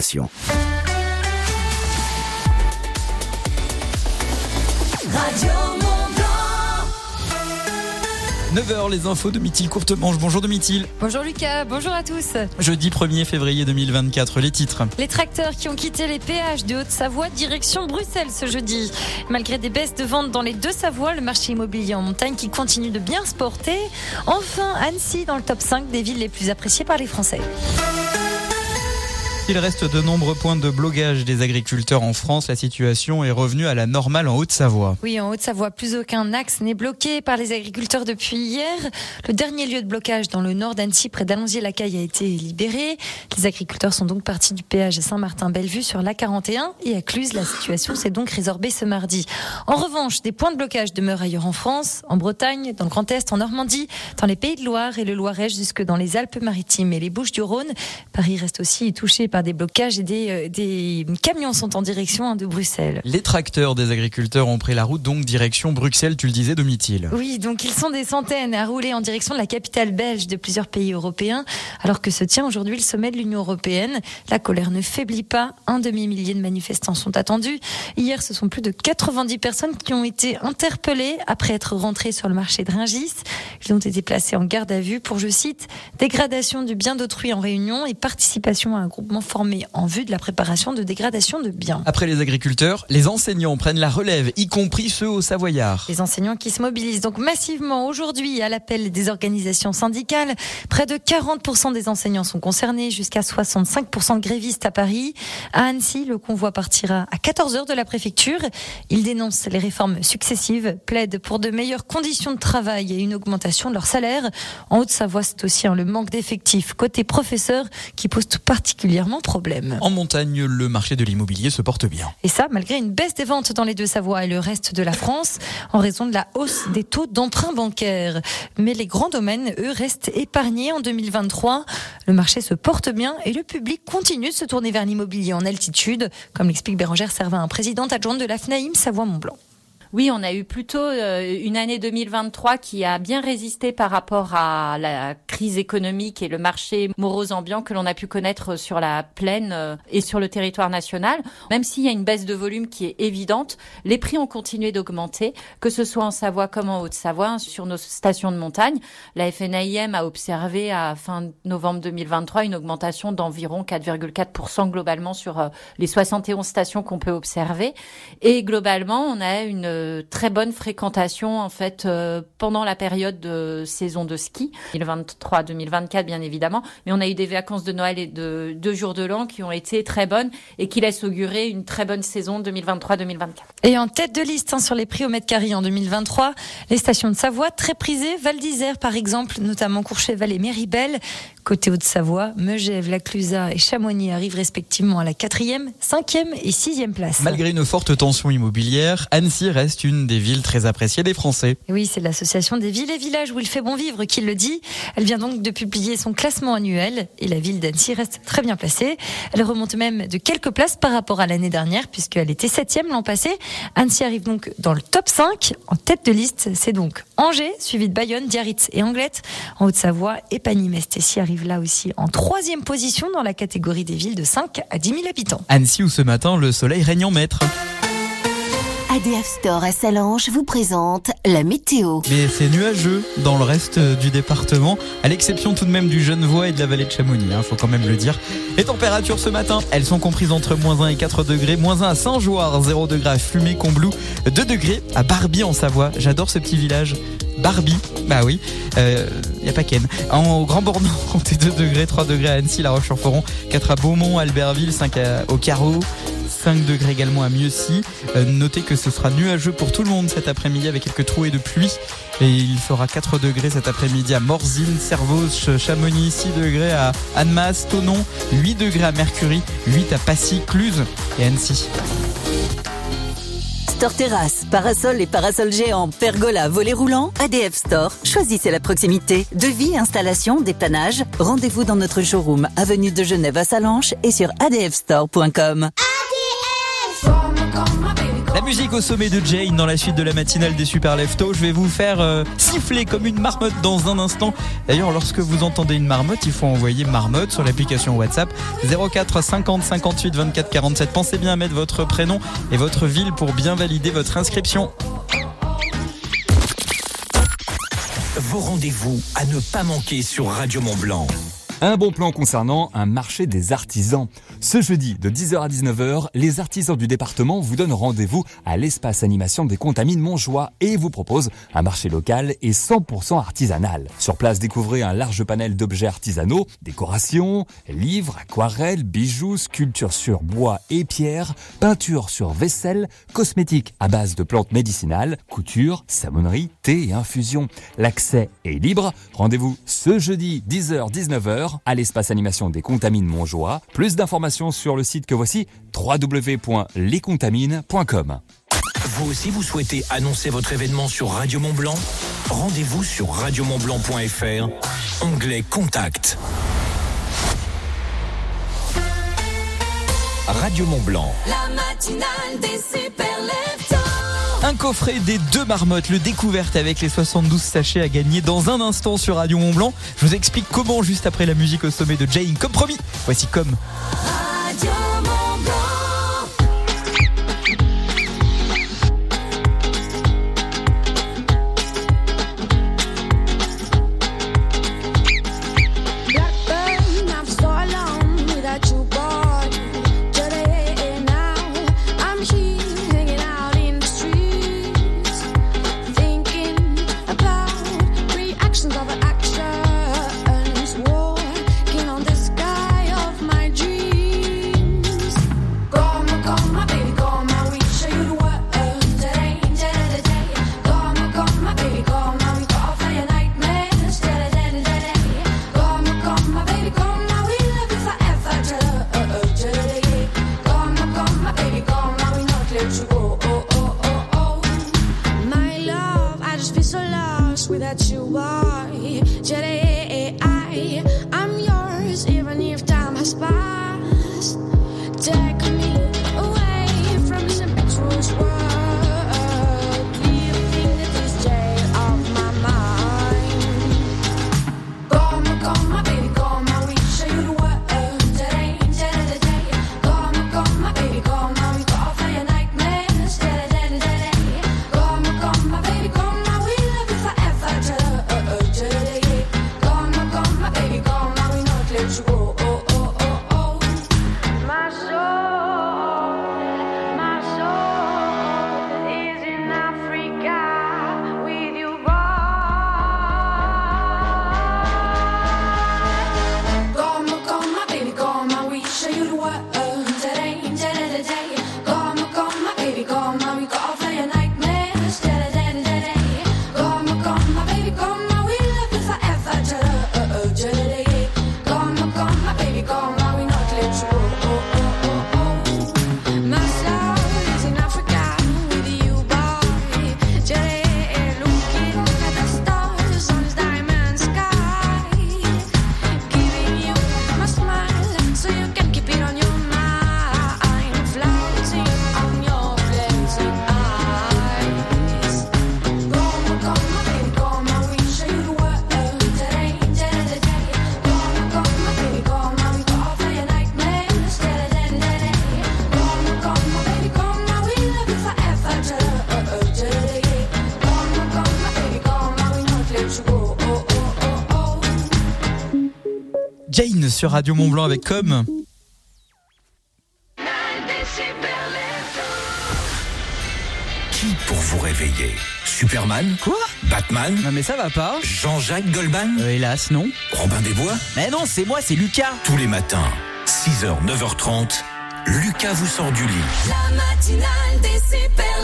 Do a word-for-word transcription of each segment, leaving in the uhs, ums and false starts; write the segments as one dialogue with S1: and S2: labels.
S1: d'information.
S2: neuf heures, les infos de Mithil Courtemanche. Bonjour de Mithil.
S3: Bonjour Lucas, bonjour à tous.
S2: Jeudi premier février deux mille vingt-quatre, les titres.
S3: Les tracteurs qui ont quitté les péages de Haute-Savoie direction Bruxelles ce jeudi. Malgré des baisses de ventes dans les deux Savoies, le marché immobilier en montagne qui continue de bien se porter. Enfin, Annecy dans le top cinq des villes les plus appréciées par les Français.
S2: Il reste de nombreux points de blocage des agriculteurs en France. La situation est revenue à la normale en Haute-Savoie.
S3: Oui, en Haute-Savoie, plus aucun axe n'est bloqué par les agriculteurs depuis hier. Le dernier lieu de blocage dans le nord d'Annecy, près d'Allonzier-la-Caille, a été libéré. Les agriculteurs sont donc partis du péage à Saint-Martin-Bellevue sur l'A quarante et un et à Cluse. La situation s'est donc résorbée ce mardi. En revanche, des points de blocage demeurent ailleurs en France, en Bretagne, dans le Grand Est, en Normandie, dans les Pays de Loire et le Loiret, jusque dans les Alpes-Maritimes et les Bouches-du-Rhône. Paris reste aussi touché par des blocages et des, euh, des camions sont en direction hein, de Bruxelles.
S2: Les tracteurs des agriculteurs ont pris la route donc direction Bruxelles, tu le disais, de Mithil.
S3: Oui, donc ils sont des centaines à rouler en direction de la capitale belge de plusieurs pays européens, alors que se tient aujourd'hui le sommet de l'Union européenne. La colère ne faiblit pas, un demi-millier de manifestants sont attendus. Hier, ce sont plus de quatre-vingt-dix personnes qui ont été interpellées après être rentrées sur le marché de Rungis. Ils ont été placés en garde à vue pour, je cite, dégradation du bien d'autrui en réunion et participation à un groupement formé en vue de la préparation de dégradation de biens.
S2: Après les agriculteurs, les enseignants prennent la relève, y compris ceux au Savoyard.
S3: Les enseignants qui se mobilisent donc massivement aujourd'hui à l'appel des organisations syndicales. Près de quarante pour cent des enseignants sont concernés, jusqu'à soixante-cinq pour cent de grévistes à Paris. À Annecy, le convoi partira à quatorze heures de la préfecture. Ils dénoncent les réformes successives, plaident pour de meilleures conditions de travail et une augmentation de leur salaire. En Haute-Savoie, c'est aussi hein, le manque d'effectifs côté professeurs qui pose tout particulièrement problème.
S2: En montagne, le marché de l'immobilier se porte bien.
S3: Et ça, malgré une baisse des ventes dans les deux Savoies et le reste de la France, en raison de la hausse des taux d'emprunt bancaire. Mais les grands domaines, eux, restent épargnés en deux mille vingt-trois. Le marché se porte bien et le public continue de se tourner vers l'immobilier en altitude, comme l'explique Bérangère Servin, présidente adjointe de l'AFNAIM Savoie-Mont-Blanc.
S4: Oui, on a eu plutôt euh, une année deux mille vingt-trois qui a bien résisté par rapport à la crise économique et le marché morose ambiant que l'on a pu connaître sur la plaine euh, et sur le territoire national. Même s'il y a une baisse de volume qui est évidente, les prix ont continué d'augmenter, que ce soit en Savoie comme en Haute-Savoie, sur nos stations de montagne. La FNAIM a observé à fin novembre deux mille vingt-trois une augmentation d'environ quatre virgule quatre pour cent globalement sur euh, les soixante et onze stations qu'on peut observer. Et globalement, on a une très bonne fréquentation en fait euh, pendant la période de saison de ski deux mille vingt-trois deux mille vingt-quatre bien évidemment, mais on a eu des vacances de Noël et de deux jours de l'an qui ont été très bonnes et qui laissent augurer une très bonne saison deux mille vingt-trois deux mille vingt-quatre.
S3: Et en tête de liste hein, sur les prix au mètre carré en deux mille vingt-trois, les stations de Savoie très prisées, Val d'Isère par exemple, notamment Courchevel et Méribel. Côté Haute-Savoie, Megève, La Clusaz et Chamonix arrivent respectivement à la quatrième, cinquième et sixième place.
S2: Malgré une forte tension immobilière, Annecy reste une des villes très appréciées des Français.
S3: Oui, c'est l'association des villes et villages où il fait bon vivre qui le dit. Elle vient donc de publier son classement annuel et la ville d'Annecy reste très bien placée. Elle remonte même de quelques places par rapport à l'année dernière puisqu'elle était septième l'an passé. Annecy arrive donc dans le top cinq. En tête de liste, c'est donc Angers, suivi de Bayonne, Biarritz et Anglette. En Haute-Savoie, Épagny-Mestessy arrive là aussi en troisième position dans la catégorie des villes de cinq à dix mille habitants.
S2: Annecy où ce matin, le soleil règne en maître.
S5: A D F Store à Sallanches vous présente la météo.
S2: Mais c'est nuageux dans le reste du département, à l'exception tout de même du Genevois et de la vallée de Chamonix, il hein, faut quand même le dire. Les températures ce matin, elles sont comprises entre moins un et quatre degrés, moins un à Saint-Joire, zéro degré à Fumé-Combloux, deux degrés à Barbie en Savoie. J'adore ce petit village. Barbie, bah oui, il euh, n'y a pas Ken. En Grand Bornand, comptez deux degrés, trois degrés à Annecy, La Roche-sur-Foron, quatre à Beaumont, Albertville, cinq à, au Carreau, cinq degrés également à Mieuxy. Euh, notez que ce sera nuageux pour tout le monde cet après-midi avec quelques trouées de pluie. Et il fera quatre degrés cet après-midi à Morzine, Servoz, Chamonix, six degrés à Annemasse, Thonon, huit degrés à Mercury, huit à Passy, Cluse et Annecy.
S5: Store terrasse, parasol et parasol géant, pergola, volet roulant, A D F Store. Choisissez la proximité. Devis, installation, dépannage. Rendez-vous dans notre showroom, avenue de Genève à Sallanches et sur a d f store point com.
S2: La musique au sommet de Jane dans la suite de la matinale des Super Leftos. Je vais vous faire euh, siffler comme une marmotte dans un instant. D'ailleurs, lorsque vous entendez une marmotte, il faut envoyer marmotte sur l'application WhatsApp zéro quatre cinquante cinquante-huit vingt-quatre quarante-sept. Pensez bien à mettre votre prénom et votre ville pour bien valider votre inscription.
S1: Vos rendez-vous à ne pas manquer sur Radio Mont-Blanc.
S6: Un bon plan concernant un marché des artisans. Ce jeudi, de dix heures à dix-neuf heures, les artisans du département vous donnent rendez-vous à l'espace animation des Contamines Montjoie et vous proposent un marché local et cent pour cent artisanal. Sur place, découvrez un large panel d'objets artisanaux, décorations, livres, aquarelles, bijoux, sculptures sur bois et pierre, peintures sur vaisselle, cosmétiques à base de plantes médicinales, couture, savonnerie, thé et infusion. L'accès est libre. Rendez-vous ce jeudi, dix heures à dix-neuf heures. À l'espace animation des Contamines Montjoie. Plus d'informations sur le site que voici, w w w point les contamines point com.
S1: Vous aussi, vous souhaitez annoncer votre événement sur Radio Mont-Blanc ? Rendez-vous sur radio mont blanc point f r, onglet Contact. Radio Mont-Blanc.
S7: La matinale des Super Leftos.
S2: Un coffret des deux marmottes, le découverte avec les soixante-douze sachets à gagner dans un instant sur Radio Mont-Blanc. Je vous explique comment juste après la musique au sommet de Jane. Comme promis, voici Comme.
S7: Radio Mont-Blanc.
S2: Jane sur Radio Mont-Blanc avec Comme.
S1: Qui pour vous réveiller ? Superman ?
S2: Quoi ?
S1: Batman ?
S2: Non mais ça va pas.
S1: Jean-Jacques Goldman ?
S2: euh, Hélas, non.
S1: Robin des Bois ?
S2: Mais non, c'est moi, c'est Lucas.
S1: Tous les matins, six heures, neuf heures trente, Lucas vous sort du lit.
S7: La matinale des Super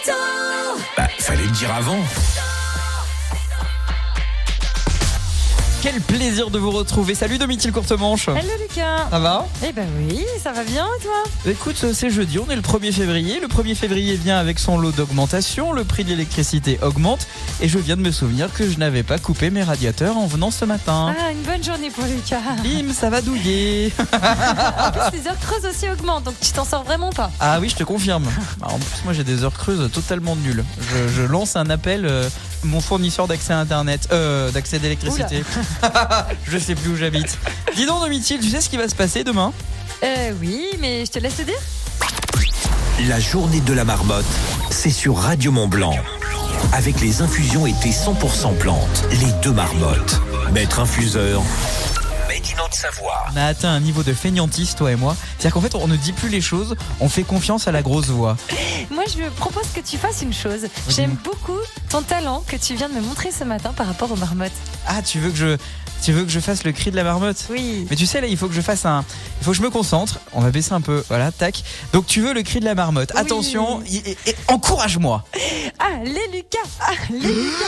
S7: Leftos.
S1: Bah, fallait le dire avant.
S2: Quel plaisir de vous retrouver. Salut Domitil Courtemanche.
S3: Hello Lucas.
S2: Ça va ?
S3: Eh ben oui, ça va bien et toi ?
S2: Écoute, c'est jeudi, on est le premier février. Le premier février vient avec son lot d'augmentation. Le prix de l'électricité augmente. Et je viens de me souvenir que je n'avais pas coupé mes radiateurs en venant ce matin.
S3: Ah, une bonne journée pour Lucas.
S2: Bim, ça va douiller.
S3: En plus, les heures creuses aussi augmentent, donc tu t'en sors vraiment pas.
S2: Ah oui, je te confirme. En plus, moi j'ai des heures creuses totalement nulles. Je, je lance un appel, euh, mon fournisseur d'accès à internet, euh, d'accès d'électricité. Je sais plus où j'habite. Dis donc Domitil, tu sais ce qui va se passer demain ?
S3: Euh, oui, mais je te laisse te dire.
S1: La journée de la marmotte, c'est sur Radio Mont-Blanc. Avec les infusions été cent pour cent plantes, les deux marmottes. Maître infuseur, made in Haute-Savoie.
S2: On a atteint un niveau de fainéantise, toi et moi. C'est-à-dire qu'en fait, on ne dit plus les choses, on fait confiance à la grosse voix.
S3: Moi, je propose que tu fasses une chose. J'aime beaucoup ton talent que tu viens de me montrer ce matin par rapport aux marmottes.
S2: Ah, tu veux que je, tu veux que je fasse le cri de la marmotte ?
S3: Oui.
S2: Mais tu sais, là, il faut que je fasse un... Il faut que je me concentre. On va baisser un peu. Voilà, tac. Donc, tu veux le cri de la marmotte.
S3: Oui.
S2: Attention, et, et, et encourage-moi.
S3: Allez Lucas, allez Lucas.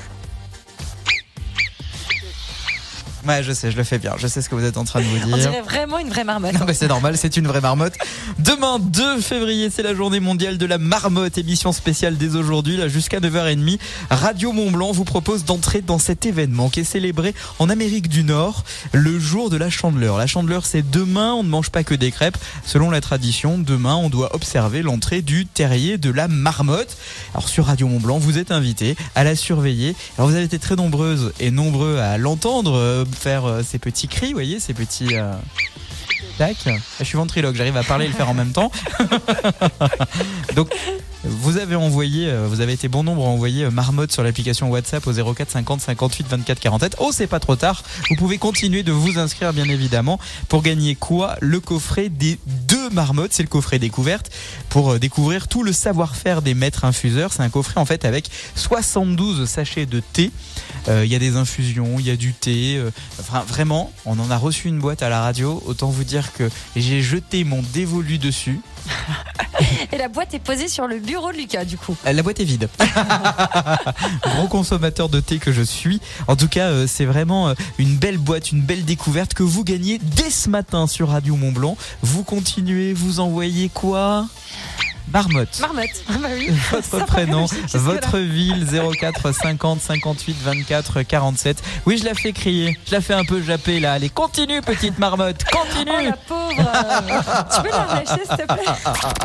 S2: Ouais, je sais, je le fais bien. Je sais ce que vous êtes en train de vous dire.
S3: On dirait vraiment une vraie marmotte.
S2: Non, mais c'est normal, c'est une vraie marmotte. Demain, deux février, c'est la journée mondiale de la marmotte. Émission spéciale dès aujourd'hui, là, jusqu'à neuf heures trente. Radio Mont-Blanc vous propose d'entrer dans cet événement qui est célébré en Amérique du Nord, le jour de la Chandeleur. La Chandeleur, c'est demain, on ne mange pas que des crêpes. Selon la tradition, demain, on doit observer l'entrée du terrier de la marmotte. Alors, sur Radio Mont-Blanc, vous êtes invités à la surveiller. Alors, vous avez été très nombreuses et nombreux à l'entendre, euh, faire euh, ces petits cris, vous voyez, ces petits... Euh... Tac. Je suis ventriloque, j'arrive à parler et le faire en même temps. Donc, vous avez envoyé, vous avez été bon nombre à envoyer marmotte sur l'application WhatsApp au zéro quatre cinquante cinquante-huit vingt-quatre quarante-sept. Oh, c'est pas trop tard. Vous pouvez continuer de vous inscrire, bien évidemment, pour gagner quoi ? Le coffret des deux marmottes. C'est le coffret découverte pour découvrir tout le savoir-faire des maîtres infuseurs. C'est un coffret en fait avec soixante-douze sachets de thé. Il euh, y a des infusions, il y a du thé. Euh, enfin, vraiment, on en a reçu une boîte à la radio. Autant vous dire que j'ai jeté mon dévolu dessus.
S3: Et la boîte est posée sur le bureau de Lucas, du coup.
S2: La boîte est vide. Gros consommateur de thé que je suis. En tout cas, euh, c'est vraiment euh, une belle boîte, une belle découverte que vous gagnez dès ce matin sur Radio Mont-Blanc. Vous continuez, vous envoyez quoi ? Marmotte.
S3: Marmotte. Bah oui.
S2: Votre prénom, votre ville, zéro quatre cinquante cinquante-huit vingt-quatre quarante-sept. Oui, je la fais crier. Je la fais un peu japper là. Allez, continue, petite marmotte. Continue.
S3: Oh la pauvre. Tu peux la lâcher, s'il te plaît ?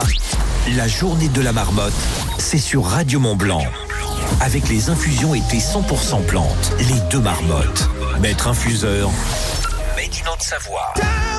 S1: La journée de la marmotte, c'est sur Radio Mont-Blanc. Avec les infusions été cent pour cent plantes, les deux marmottes. Maître infuseur, made in Haute-Savoie.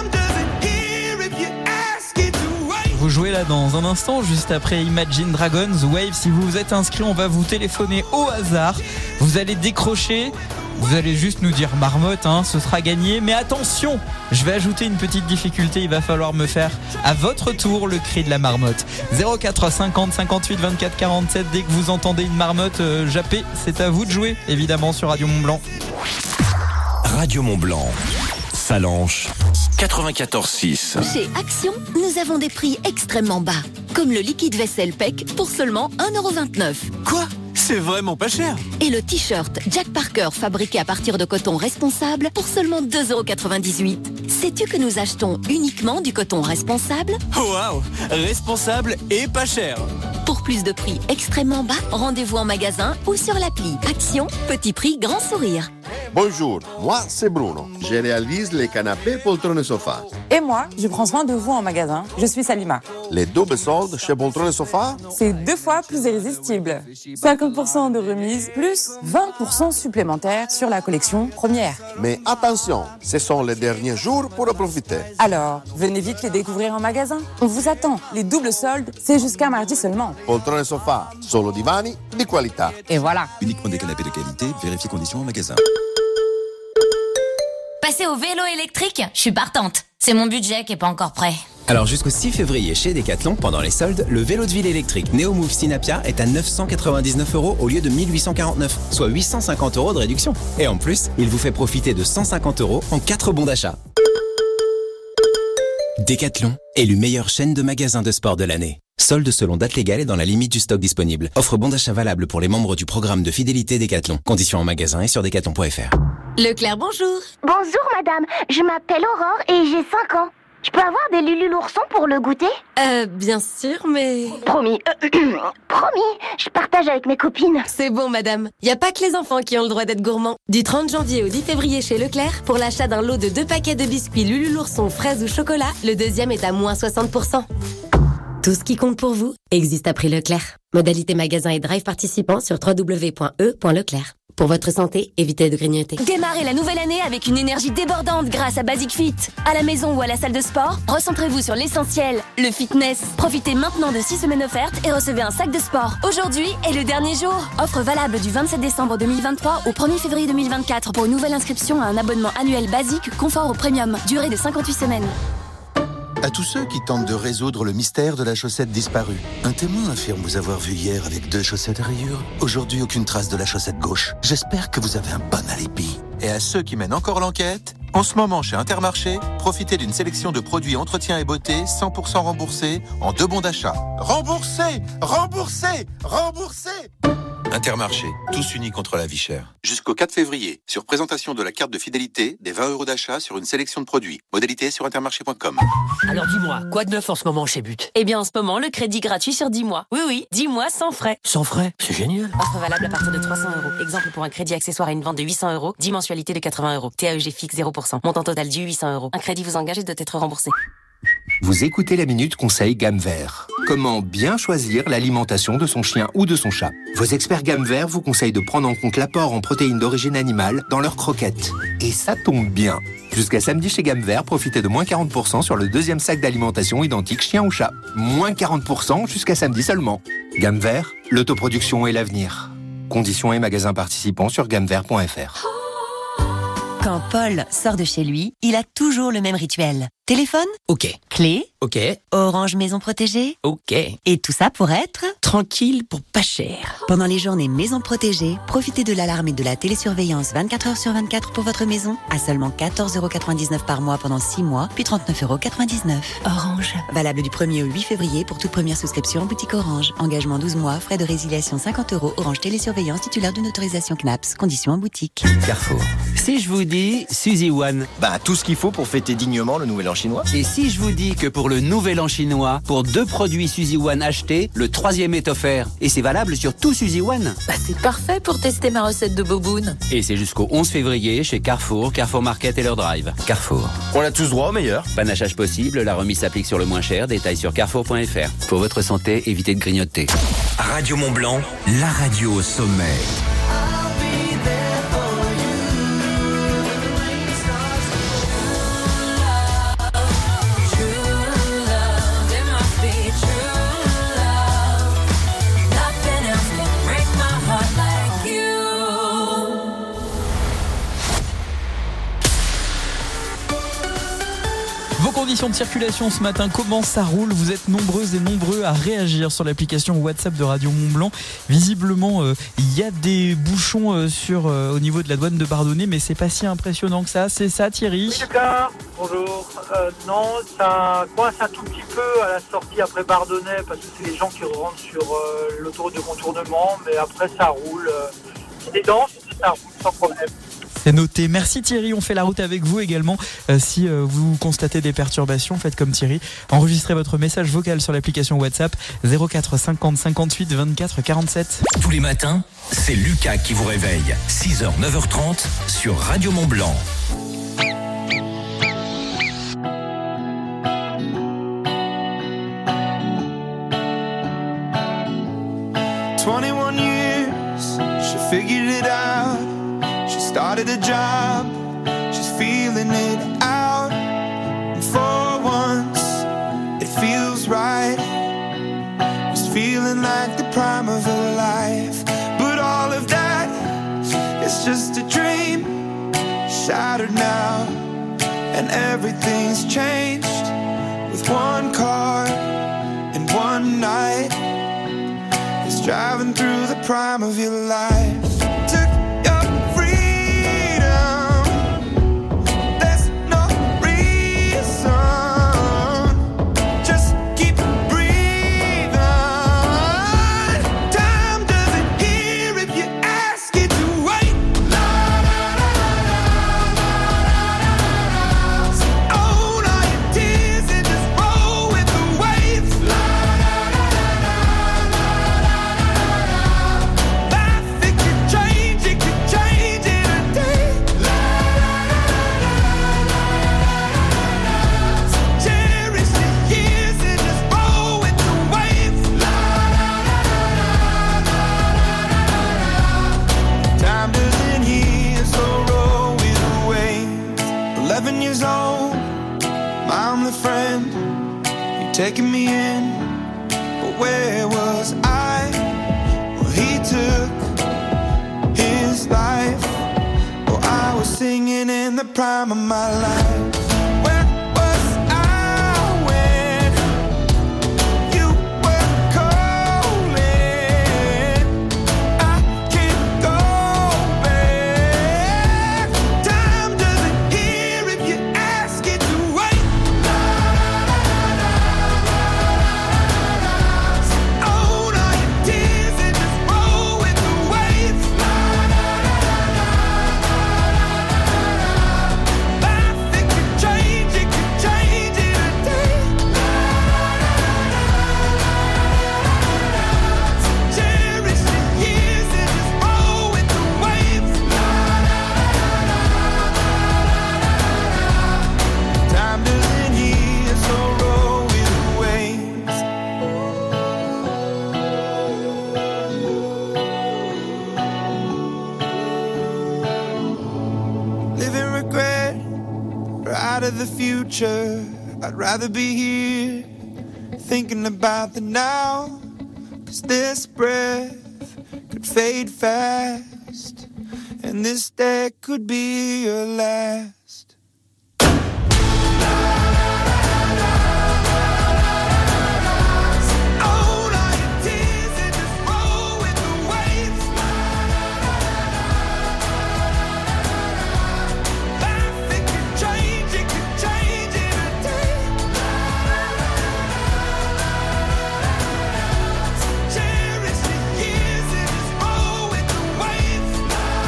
S2: Vous jouez là dans un instant, juste après Imagine Dragons, Wave. Si vous vous êtes inscrit, on va vous téléphoner au hasard. Vous allez décrocher. Vous allez juste nous dire marmotte, hein, ce sera gagné. Mais attention, je vais ajouter une petite difficulté. Il va falloir me faire à votre tour le cri de la marmotte. zéro quatre cinquante cinquante-huit vingt-quatre quarante-sept. Dès que vous entendez une marmotte euh, japper, c'est à vous de jouer, évidemment, sur Radio Mont-Blanc.
S1: Radio Mont-Blanc, Salanches, quatre-vingt-quatorze six.
S8: Chez Action, nous avons des prix extrêmement bas. Comme le liquide vaisselle P E C pour seulement un euro vingt-neuf.
S9: Quoi ? C'est vraiment pas cher.
S8: Et le t-shirt Jack Parker fabriqué à partir de coton responsable pour seulement deux euros quatre-vingt-dix-huit. Sais-tu que nous achetons uniquement du coton responsable ?
S9: Waouh ! Responsable et pas cher.
S8: Pour plus de prix extrêmement bas, rendez-vous en magasin ou sur l'appli. Action, petit prix, grand sourire.
S10: Bonjour, moi c'est Bruno. Je réalise les canapés, poltrons et sofas.
S11: Et moi, je prends soin de vous en magasin. Je suis Salima.
S10: Les doubles soldes chez Poltrons et Sofas,
S11: c'est deux fois plus irrésistible. cinquante pour cent de remise, plus vingt pour cent supplémentaires sur la collection première.
S10: mais attention, ce sont les derniers jours pour en profiter.
S11: Alors, venez vite les découvrir en magasin. On vous attend. Les doubles soldes, c'est jusqu'à mardi seulement.
S10: Poltrone et sofa, solo divani di qualità.
S11: Et voilà.
S12: Uniquement des canapés de qualité, vérifiez conditions en magasin.
S13: Passer au vélo électrique, je suis partante. C'est mon budget qui est pas encore prêt.
S14: Alors jusqu'au six février chez Decathlon, pendant les soldes, le vélo de ville électrique Neomove Synapia est à neuf cent quatre-vingt-dix-neuf euros au lieu de mille huit cent quarante-neuf, soit huit cent cinquante euros de réduction. Et en plus, il vous fait profiter de cent cinquante euros en quatre bons d'achat. Decathlon, élu meilleure chaîne de magasins de sport de l'année. Solde selon date légale et dans la limite du stock disponible. Offre bon d'achat valable pour les membres du programme de fidélité Decathlon. Conditions en magasin et sur decathlon point f r.
S8: Leclerc, bonjour.
S15: Bonjour madame, je m'appelle Aurore et j'ai cinq ans. Je peux avoir des Lulu l'ourson pour le goûter?
S8: Euh, bien sûr, mais...
S15: Promis, euh, promis, je partage avec mes copines.
S8: C'est bon, madame. Y a pas que les enfants qui ont le droit d'être gourmands. Du trente janvier au dix février chez Leclerc, pour l'achat d'un lot de deux paquets de biscuits Lulu l'ourson, fraises ou chocolat, le deuxième est à moins soixante pour cent. Tout ce qui compte pour vous existe à prix Leclerc. Modalité magasin et drive participant sur w w w point e point leclerc. Pour votre santé, évitez de grignoter.
S13: Démarrez la nouvelle année avec une énergie débordante grâce à Basic Fit. À la maison ou à la salle de sport, recentrez-vous sur l'essentiel, le fitness. Profitez maintenant de six semaines offertes et recevez un sac de sport. Aujourd'hui est le dernier jour. Offre valable du vingt-sept décembre deux mille vingt-trois au premier février deux mille vingt-quatre pour une nouvelle inscription à un abonnement annuel basique confort au premium. Durée de cinquante-huit semaines.
S16: À tous ceux qui tentent de résoudre le mystère de la chaussette disparue. Un témoin affirme vous avoir vu hier avec deux chaussettes à rayures. Aujourd'hui, aucune trace de la chaussette gauche. J'espère que vous avez un bon alibi.
S17: Et à ceux qui mènent encore l'enquête, en ce moment chez Intermarché, profitez d'une sélection de produits entretien et beauté cent pour cent remboursés en deux bons d'achat. Remboursés, remboursés, remboursés. Intermarché, tous unis contre la vie chère. Jusqu'au quatre février, sur présentation de la carte de fidélité, des vingt euros d'achat sur une sélection de produits. Modalité sur intermarché point com.
S18: Alors dis-moi, quoi de neuf en ce moment chez But?
S13: Eh bien en ce moment, le crédit gratuit sur dix mois. Oui oui, dix mois sans frais.
S18: Sans frais? C'est génial.
S13: Offre valable à partir de trois cents euros. Exemple pour un crédit accessoire à une vente de huit cents euros, dix mensualités de quatre-vingts euros. T A E G fixe zéro pour cent. Montant total dû huit cents euros. Un crédit vous engage et doit être remboursé.
S19: Vous écoutez la Minute Conseil Gamme Vert. Comment bien choisir l'alimentation de son chien ou de son chat? Vos experts Gamme Vert vous conseillent de prendre en compte l'apport en protéines d'origine animale dans leurs croquettes. Et ça tombe bien. Jusqu'à samedi chez Gamme Vert, profitez de moins quarante pour cent sur le deuxième sac d'alimentation identique chien ou chat. Moins quarante pour cent jusqu'à samedi seulement. Gamme Vert, l'autoproduction est l'avenir. Conditions et magasins participants sur gamme vert point f r.
S20: Quand Paul sort de chez lui, il a toujours le même rituel. Téléphone?
S18: Ok.
S20: Clé?
S18: Ok.
S20: Orange Maison Protégée?
S18: Ok.
S20: Et tout ça pour être
S18: tranquille pour pas cher.
S20: Pendant les journées Maison Protégée, profitez de l'alarme et de la télésurveillance vingt-quatre heures sur vingt-quatre pour votre maison à seulement quatorze euros quatre-vingt-dix-neuf par mois pendant six mois, puis trente-neuf euros quatre-vingt-dix-neuf.
S13: Orange.
S20: Valable du premier au huit février pour toute première souscription en boutique Orange. Engagement douze mois, frais de résiliation cinquante euros. Orange Télésurveillance titulaire d'une autorisation C N A P S. Conditions en boutique.
S18: Carrefour. Si je vous dis Suzy One.
S21: Bah tout ce qu'il faut pour fêter dignement le nouvel an chinois.
S18: Et si je vous dis que pour le nouvel an chinois, pour deux produits Suzy One achetés, le troisième est offert. Et c'est valable sur tout Suzy One.
S13: Bah c'est parfait pour tester ma recette de boboon.
S18: Et c'est jusqu'au onze février chez Carrefour, Carrefour Market et leur drive. Carrefour.
S21: On a tous droit au meilleur.
S18: Panachage possible, la remise s'applique sur le moins cher, détail sur carrefour point f r. Pour votre santé, évitez de grignoter.
S1: Radio Mont Blanc, la radio au sommet.
S2: Vos conditions de circulation ce matin, comment ça roule? Vous êtes nombreuses et nombreux à réagir sur l'application WhatsApp de Radio Mont Blanc. Visiblement, il euh, y a des bouchons euh, sur, euh, au niveau de la douane de Bardonnay, mais c'est pas si impressionnant que ça. C'est ça, Thierry?
S22: Oui, Lucas, bonjour. Euh, non, ça coince un tout petit peu à la sortie après Bardonnay, parce que c'est les gens qui rentrent sur euh, l'autoroute de contournement, mais après ça roule. Euh, c'est dense, ça roule sans problème.
S2: C'est noté. Merci Thierry, on fait la route avec vous également. Euh, si euh, vous constatez des perturbations, faites comme Thierry. Enregistrez votre message vocal sur l'application WhatsApp zéro quatre cinquante cinquante-huit vingt-quatre quarante-sept.
S1: Tous les matins, c'est Lucas qui vous réveille. six heures neuf heures trente sur Radio Mont Blanc.
S23: twenty-one years, she figured it out. She started a job, she's feeling it out. And for once, it feels right. It's feeling like the prime of her life. But all of that is just a dream, shattered now. And everything's changed with one car and one night. It's driving through the prime of your life. Took your freedom. There's no reason. Just keep breathing. Time doesn't hear if you ask it to wait. La, la, la, la, la. me in, but where was I? Well, he took his life. Oh, I was singing in the prime of my life. Where was I when you were calling? I can't go back. Time doesn't hear if you ask it to wait. Own all your tears and just roll with the waves. Life, it could change, it could change in a day. Cherish the years and just roll with the waves. Time doesn't heal, so roll with the waves. Living regret or out of the future. I'd rather be here thinking about the now. Cause this breath could fade fast, and this day could be your last. Own all your tears and just roll with the waves. Life, it could change, it could change in a day. Cherish the years and just roll with the waves.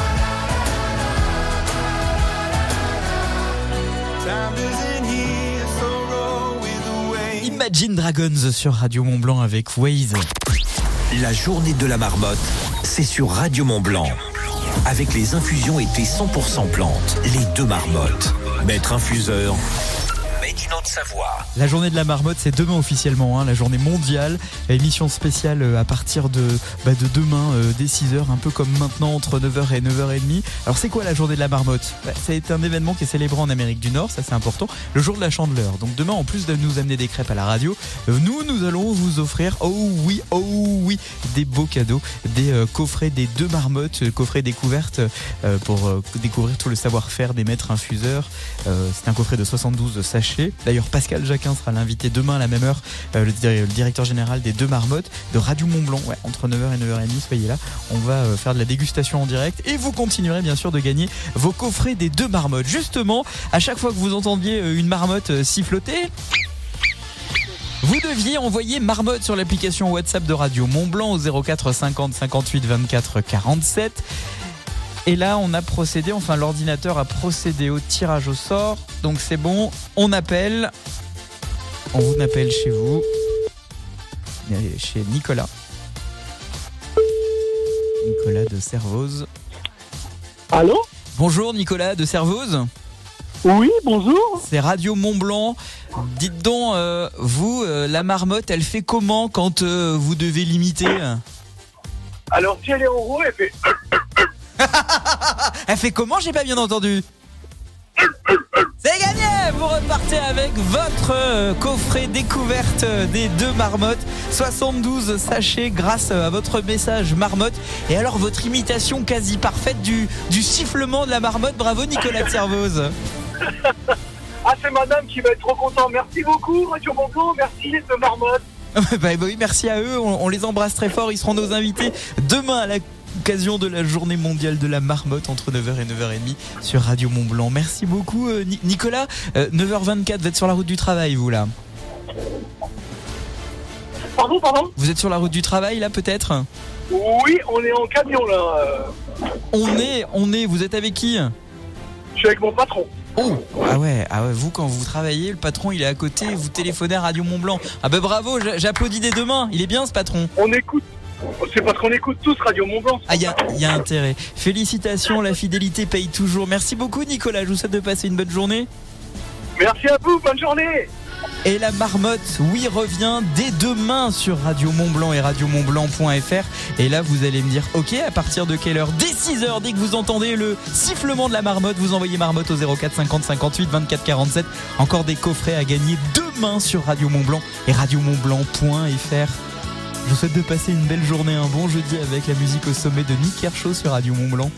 S23: Time doesn't heal, so roll with the waves.
S2: Imagine Dragons sur Radio Mont-Blanc avec Waze.
S1: La journée de la marmotte, c'est sur Radio Mont-Blanc. Avec les infusions été cent pour cent plantes, les deux marmottes. Maître infuseur, Made in Haute-Savoie.
S2: La journée de la marmotte, c'est demain officiellement, hein, la journée mondiale. Émission spéciale euh, à partir de, bah, de demain, euh, dès six heures, un peu comme maintenant, entre neuf heures et neuf heures trente. Alors, c'est quoi la journée de la marmotte? Bah, c'est un événement qui est célébré en Amérique du Nord, ça c'est important, le jour de la Chandeleur. Donc demain, en plus de nous amener des crêpes à la radio, euh, nous, nous allons vous offrir, oh oui, oh oui, des beaux cadeaux, des euh, coffrets des deux marmottes, euh, coffrets découvertes euh, pour euh, découvrir tout le savoir-faire des maîtres infuseurs. Euh, c'est un coffret de soixante-douze sachets. D'ailleurs, Pascal Jacquin sera l'invité demain à la même heure, euh, le, dir- le directeur général des deux marmottes de Radio Mont-Blanc. Ouais, entre neuf heures et neuf heures trente, soyez là. On va euh, faire de la dégustation en direct et vous continuerez bien sûr de gagner vos coffrets des deux marmottes. Justement, à chaque fois que vous entendiez euh, une marmotte euh, siffloter, vous deviez envoyer marmotte sur l'application WhatsApp de Radio Mont-Blanc au zéro quatre cinquante cinquante-huit vingt-quatre quarante-sept. Et là, on a procédé, enfin l'ordinateur a procédé au tirage au sort. Donc c'est bon, on appelle. On vous appelle chez vous. Chez Nicolas. Nicolas de Servoz.
S4: Allô ?
S2: Bonjour Nicolas de Servoz.
S4: Oui, bonjour.
S2: C'est Radio Mont-Blanc. Dites donc, euh, vous, euh, la marmotte, elle fait comment quand euh, vous devez l'imiter ?
S4: Alors, si elle est en haut, elle fait...
S2: Elle fait comment ? J'ai pas bien entendu. C'est gagné. Vous repartez avec votre euh, coffret découverte des deux marmottes, soixante-douze sachets grâce à votre message marmotte. Et alors votre imitation quasi parfaite du, du sifflement de la marmotte. Bravo Nicolas de Servoz.
S4: Ah, c'est madame qui va être trop contente. Merci beaucoup, Radio Mont-Blanc. Merci, les deux marmottes.
S2: Bah oui, merci à eux. On, on les embrasse très fort. Ils seront nos invités demain à la occasion de la journée mondiale de la marmotte entre neuf heures et neuf heures trente sur Radio Mont-Blanc. Merci beaucoup euh, Nicolas. euh, neuf heures vingt-quatre, vous êtes sur la route du travail vous là.
S4: Pardon, pardon.
S2: Vous êtes sur la route du travail là peut-être ?
S4: Oui, on est en camion là.
S2: On est, on est, vous êtes avec qui ?
S4: Je suis avec mon patron.
S2: Oh, ah ouais, ah ouais, vous quand vous travaillez, le patron il est à côté, vous téléphonez à Radio Mont-Blanc. Ah bah bravo, j'applaudis des deux mains, il est bien ce patron.
S4: On écoute. C'est parce qu'on écoute tous Radio Mont-Blanc.
S2: Ah, il y a, y a intérêt. Félicitations, la fidélité paye toujours. Merci beaucoup Nicolas, je vous souhaite de passer une bonne journée.
S4: Merci à vous, bonne journée.
S2: Et la marmotte, oui, revient dès demain sur Radio Mont-Blanc et radio mont blanc point f r. Et là, vous allez me dire, ok, à partir de quelle heure? Dès six heures, dès que vous entendez le sifflement de la marmotte, vous envoyez marmotte au zéro quatre cinquante cinquante-huit vingt-quatre quarante-sept. Encore des coffrets à gagner demain sur Radio Mont-Blanc et radio mont blanc point f r. Je vous souhaite de passer une belle journée, un bon jeudi avec la musique au sommet de Nick Kershaw sur Radio Mont-Blanc.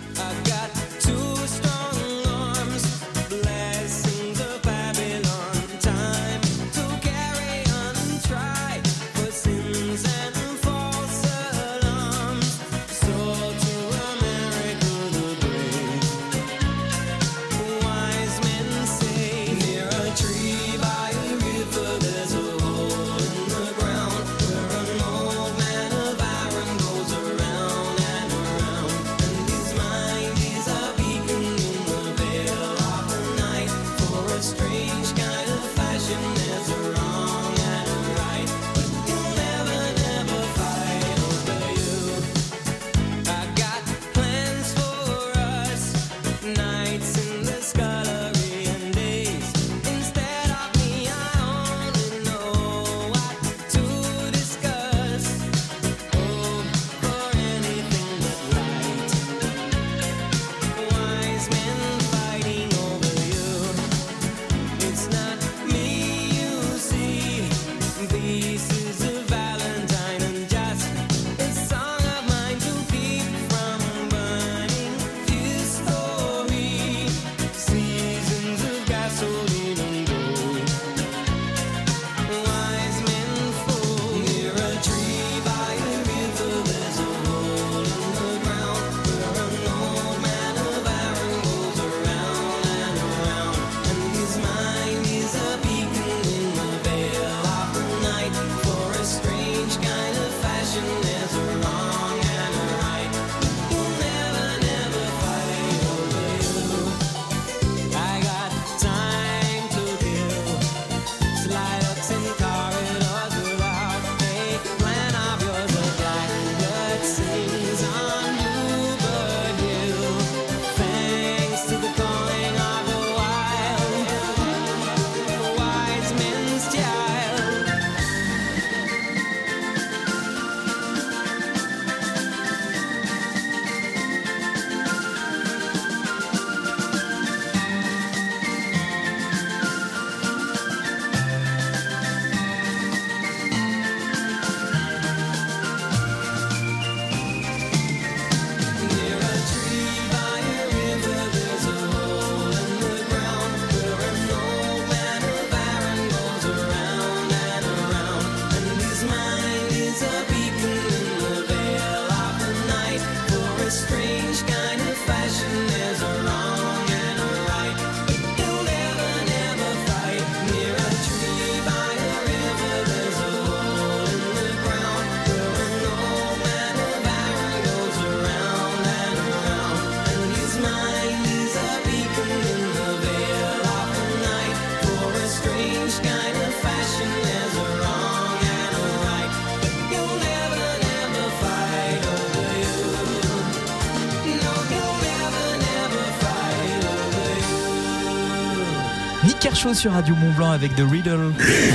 S2: Nick Kershaw sur Radio Mont-Blanc avec The Riddle.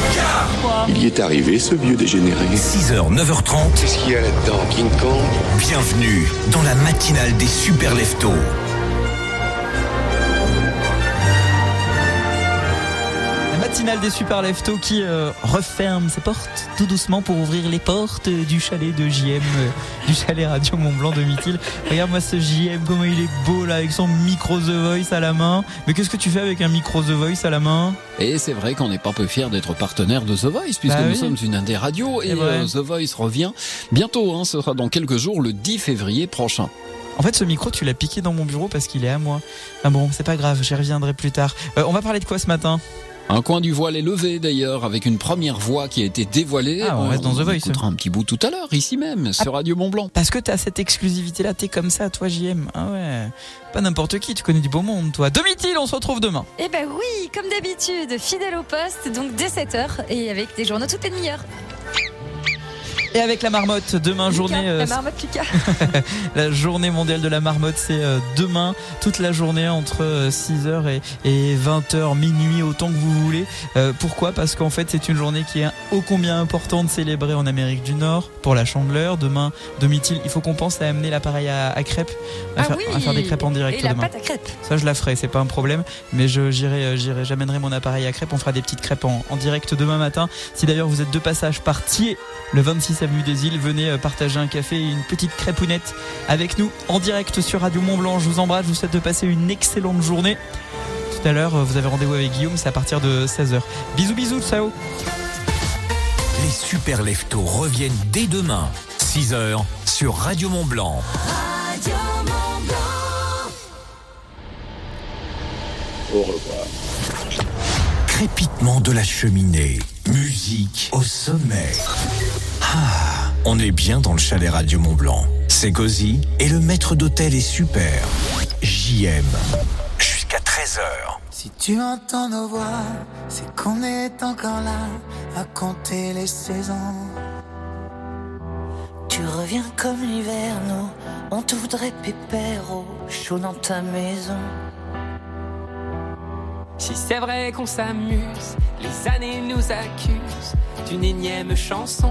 S5: Il y est arrivé, ce vieux dégénéré.
S1: six heures, neuf heures trente.
S5: Qu'est-ce qu'il y a là-dedans, King Kong?
S1: Bienvenue dans la matinale des super leftos.
S2: Matinale des super leftos qui euh, referme ses portes tout doucement pour ouvrir les portes du chalet de J M, euh, du chalet Radio Mont-Blanc de Mithil. Regarde-moi ce J M, comment il est beau là avec son micro The Voice à la main. Mais qu'est-ce que tu fais avec un micro The Voice à la main?
S6: Et c'est vrai qu'on n'est pas peu fiers d'être partenaire de The Voice puisque bah nous oui. sommes une indé radio et euh, The Voice revient bientôt, hein, ce sera dans quelques jours, le dix février prochain.
S2: En fait, ce micro, tu l'as piqué dans mon bureau parce qu'il est à moi. Ah bon, c'est pas grave, j'y reviendrai plus tard. Euh, on va parler de quoi ce matin?
S6: Un coin du voile est levé d'ailleurs avec une première voix qui a été dévoilée.
S2: Ah, on, on reste dans The Voice.
S6: On écoutera un petit bout tout à l'heure ici même sur ah, Radio Mont-Blanc.
S2: Parce que t'as cette exclusivité là, t'es comme ça toi J M. Ah ouais, pas n'importe qui, tu connais du beau monde toi. De Mithil, on se retrouve demain.
S3: Eh ben oui, comme d'habitude, fidèle au poste, donc dès sept heures et avec des journaux toutes les demi-heures.
S2: Et avec la marmotte, demain
S3: Lucas,
S2: journée... Euh,
S3: la marmotte Lucas.
S2: La journée mondiale de la marmotte, c'est euh, demain, toute la journée entre euh, six heures et, et vingt heures, minuit, autant que vous voulez. Euh, pourquoi ? Parce qu'en fait, c'est une journée qui est ô combien importante, célébrée en Amérique du Nord, pour la Chandeleur. Demain, Domitil, il faut qu'on pense à amener l'appareil à, à crêpes, à,
S3: Ah
S2: faire,
S3: oui,
S2: à faire des crêpes en direct
S3: et la
S2: demain.
S3: pâte à crêpes.
S2: Ça, je la ferai, c'est pas un problème. Mais je, j'irai, euh, j'irai, j'amènerai mon appareil à crêpes. On fera des petites crêpes en, en direct demain matin. Si d'ailleurs vous êtes de passage par Thiers, le vingt-six avenue des Îles, venez euh, partager un café et une petite crêpounette avec nous en direct sur Radio Mont-Blanc. Je vous embrasse, je vous souhaite de passer une excellente journée. Tout à l'heure, vous avez rendez-vous avec Guillaume, c'est à partir de seize heures. Bisous, bisous, ciao.
S1: Les super leftos reviennent dès demain, six heures, sur Radio Mont-Blanc.
S23: Radio Mont-Blanc.
S5: Au revoir.
S1: Crépitement de la cheminée, musique au sommet. Ah, on est bien dans le chalet Radio Mont-Blanc. C'est cosy et le maître d'hôtel est super. J M. Jusqu'à treize heures.
S23: Si tu entends nos voix, c'est qu'on est encore là à compter les saisons.
S7: Tu reviens comme l'hiver, nous, on te voudrait pépère au chaud dans ta maison.
S9: Si c'est vrai qu'on s'amuse, les années nous accusent d'une énième chanson.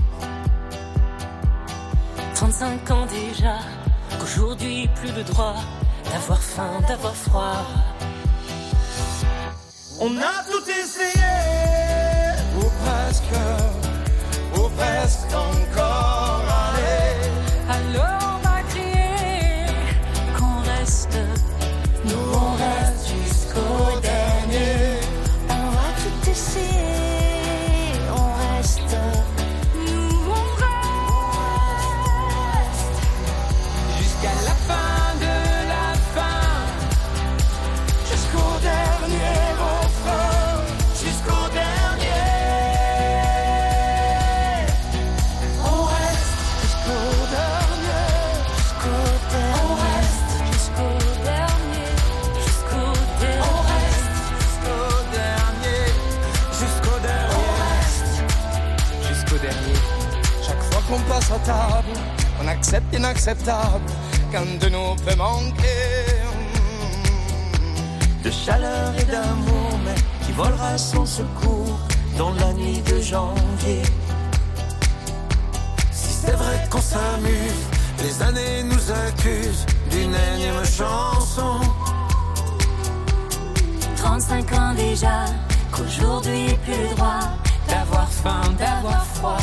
S7: trente-cinq ans déjà, qu'aujourd'hui plus le droit d'avoir faim, d'avoir froid.
S23: On a tout essayé, ou presque, ou presque encore. Allez,
S7: alors on va crier qu'on reste, nous on reste jusqu'au dernier. On va tout essayer, on reste, nous on reste
S9: jusqu'à la fin de la fin,
S23: jusqu'au dernier refrain, jusqu'au dernier. On reste jusqu'au dernier, jusqu'au dernier.
S7: On reste jusqu'au dernier, jusqu'au dernier.
S23: On reste jusqu'au dernier, jusqu'au dernier.
S9: jusqu'au dernier.
S23: Chaque fois qu'on passe à table, on accepte l'inacceptable, qu'un de nous peut manquer. De chaleur et d'amour, mais qui volera sans secours dans la nuit de janvier. Si c'est vrai qu'on s'amuse, les années nous accusent d'une énième chanson.
S7: trente-cinq ans déjà, qu'aujourd'hui plus le droit d'avoir faim, d'avoir froid.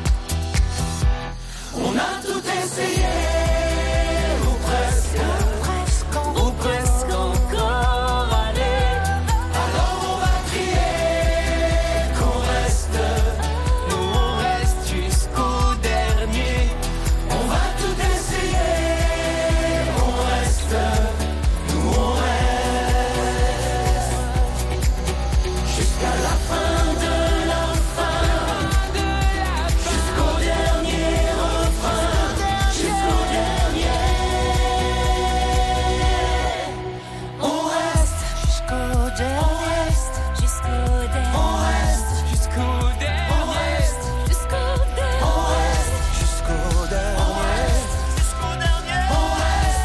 S23: On a tout essayé, ou presque,
S7: presque,
S23: ou presque encore. Allez, alors on va crier qu'on reste, nous on reste jusqu'au dernier. On va tout essayer, on reste, nous on reste jusqu'à la fin de la fin, jusqu'au dernier refrain, jusqu'au dernier. On reste
S7: jusqu'au dernier, jusqu'au dernier.
S23: on reste
S9: jusqu'au dernier.
S23: on reste
S7: Jusqu'au dernier.
S23: on reste jusqu'au dernier, jusqu'au dernier. On reste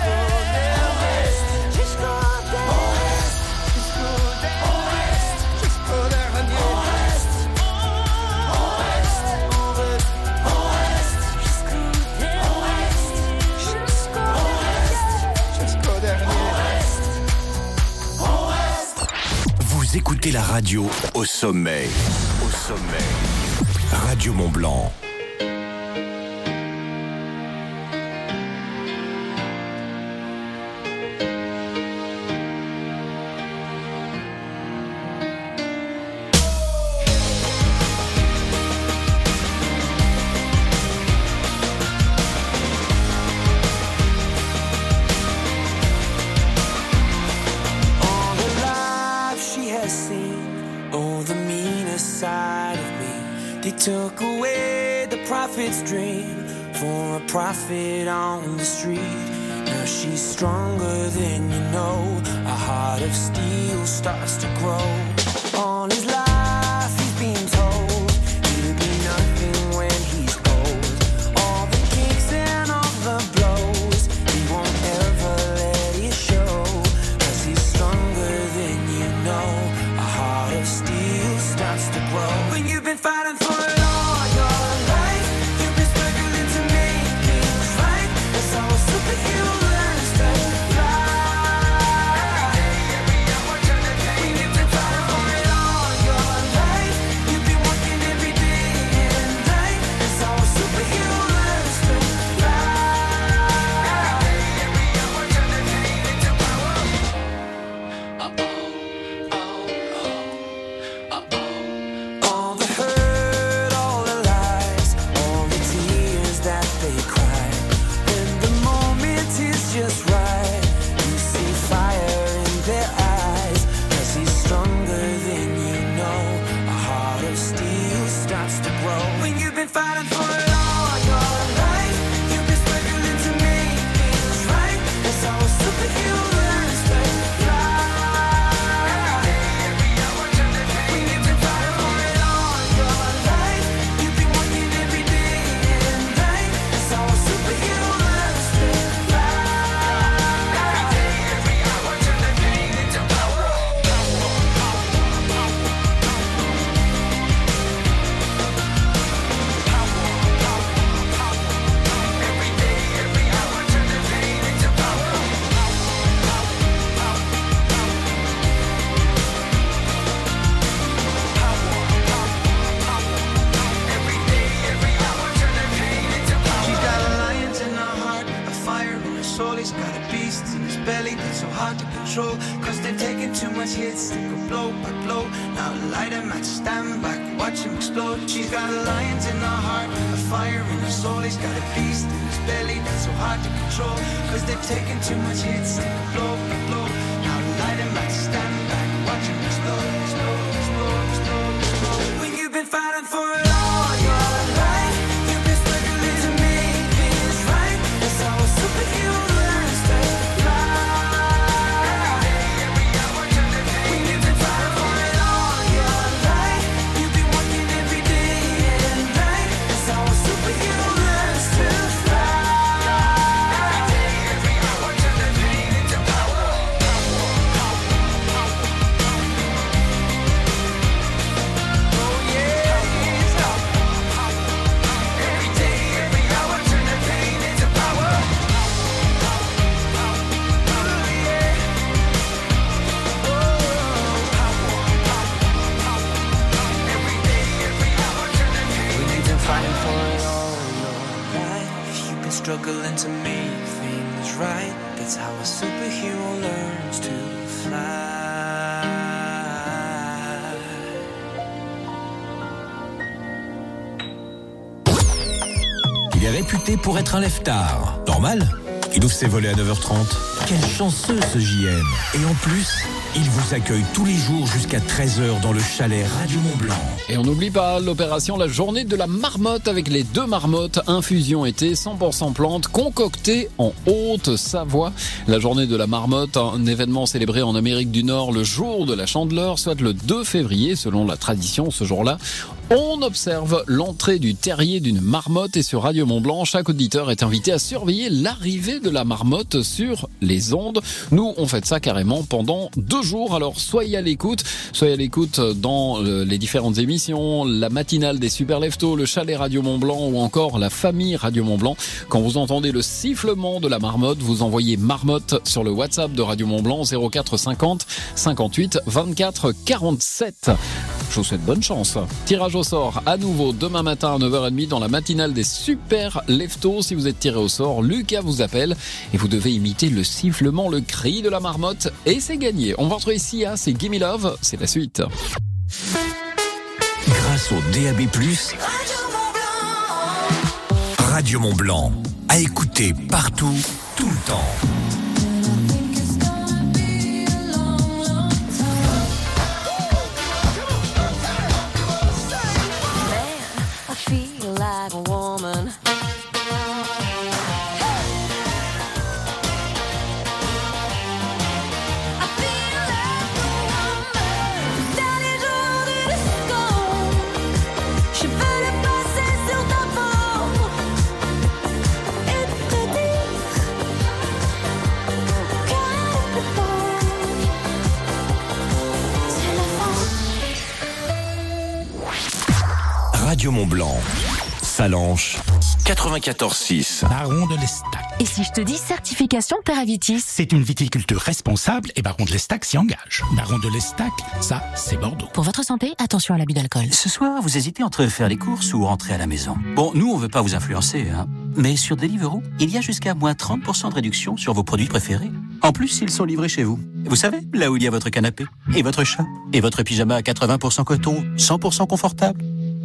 S23: jusqu'au dernier, on reste jusqu'au dernier, on reste jusqu'au dernier. On reste, on reste, on reste, on reste jusqu'au dernier, on reste jusqu'au jusqu'au dernier. On reste, on reste.
S1: Vous écoutez la radio au sommet. Au sommet. Radio Mont-Blanc.
S23: All the life she has seen, oh, the meanest side of me. They took away the prophet's dream for a prophet on the street. Now she's stronger than you know. A heart of steel starts to grow. All his life he's been told he'll be nothing when he's gone. world. When you've been fighting for it all your life, you've been struggling to make things right. That's how a superhero learns to fly. Every hour turn the pain. When you've been fighting for it all your life, you've been working every day and night. That's how a superhero learns to fly. Every day, every hour turn the pain into power. He's got a beast in his belly that's so hard to control. Cause they've taken too much hits, they go blow by blow. Now light him at stand back, watch him explode. She's got lions in her heart, a fire in her soul. He's got a beast in his belly that's so hard to control. Cause they've taken too much hits, they go blow by blow. Now light him at stand back, watch him explode, explode, explode, explode, explode. When you've been fighting for it all your life, you've been struggling to make things right. That's how a superhero learns to fly. Every hour turn the pain. When you've been fighting for it all your life, you've been working every day and night. That's how a superhero learns to fly. Every day, every hour turn the pain into power. Oh yeah, every day, every hour turn the pain into power. When you've been fighting for it all your life, you've been struggling to make things right. That's how a superhero learns to fly.
S1: Il est réputé pour être un lève-tard. Normal. Il ouvre ses volets à neuf heures trente. Quel chanceux ce J M. Et en plus, il vous accueille tous les jours jusqu'à treize heures dans le chalet Radio Mont-Blanc.
S6: Et on n'oublie pas l'opération La Journée de la Marmotte avec les deux marmottes infusion été cent pour cent plantes concoctées en Haute-Savoie. La Journée de la Marmotte, un événement célébré en Amérique du Nord le jour de la Chandeleur, soit le deux février selon la tradition ce jour-là. On observe l'entrée du terrier d'une marmotte et sur Radio Mont-Blanc, chaque auditeur est invité à surveiller l'arrivée de la marmotte sur les ondes. Nous, on fait ça carrément pendant deux jours. Alors, soyez à l'écoute. Soyez à l'écoute dans les différentes émissions, la matinale des Super Leftos, le chalet Radio Mont-Blanc ou encore la famille Radio Mont-Blanc. Quand vous entendez le sifflement de la marmotte, vous envoyez marmotte sur le WhatsApp de Radio Mont-Blanc zéro quatre cinquante cinquante-huit vingt-quatre quarante-sept. Je vous souhaite bonne chance. Tirage au sort à nouveau demain matin à neuf heures trente dans la matinale des Super Leftos. Si vous êtes tiré au sort, Lucas vous appelle et vous devez imiter le sifflement, le cri de la marmotte et c'est gagné. On va retrouver Sia, c'est Gimme Love, c'est la suite.
S1: Grâce au D A B plus, Radio Mont-Blanc, à écouter partout, tout le temps.
S7: Like a woman.
S1: Radio Mont-Blanc, Salanches, quatre-vingt-quatorze six.
S10: Baron de l'Estac.
S13: Et si je te dis certification Peravitis?
S10: C'est une viticulture responsable et Baron de l'Estac s'y engage. Baron de l'Estac, ça, c'est Bordeaux.
S13: Pour votre santé, attention à l'abus d'alcool.
S11: Ce soir, vous hésitez entre faire les courses ou rentrer à la maison. Bon, nous, on veut pas vous influencer, hein. Mais sur Deliveroo, il y a jusqu'à moins trente pour cent de réduction sur vos produits préférés. En plus, ils sont livrés chez vous. Vous savez, là où il y a votre canapé, et votre chat, et votre pyjama à quatre-vingts pour cent coton, cent pour cent confortable.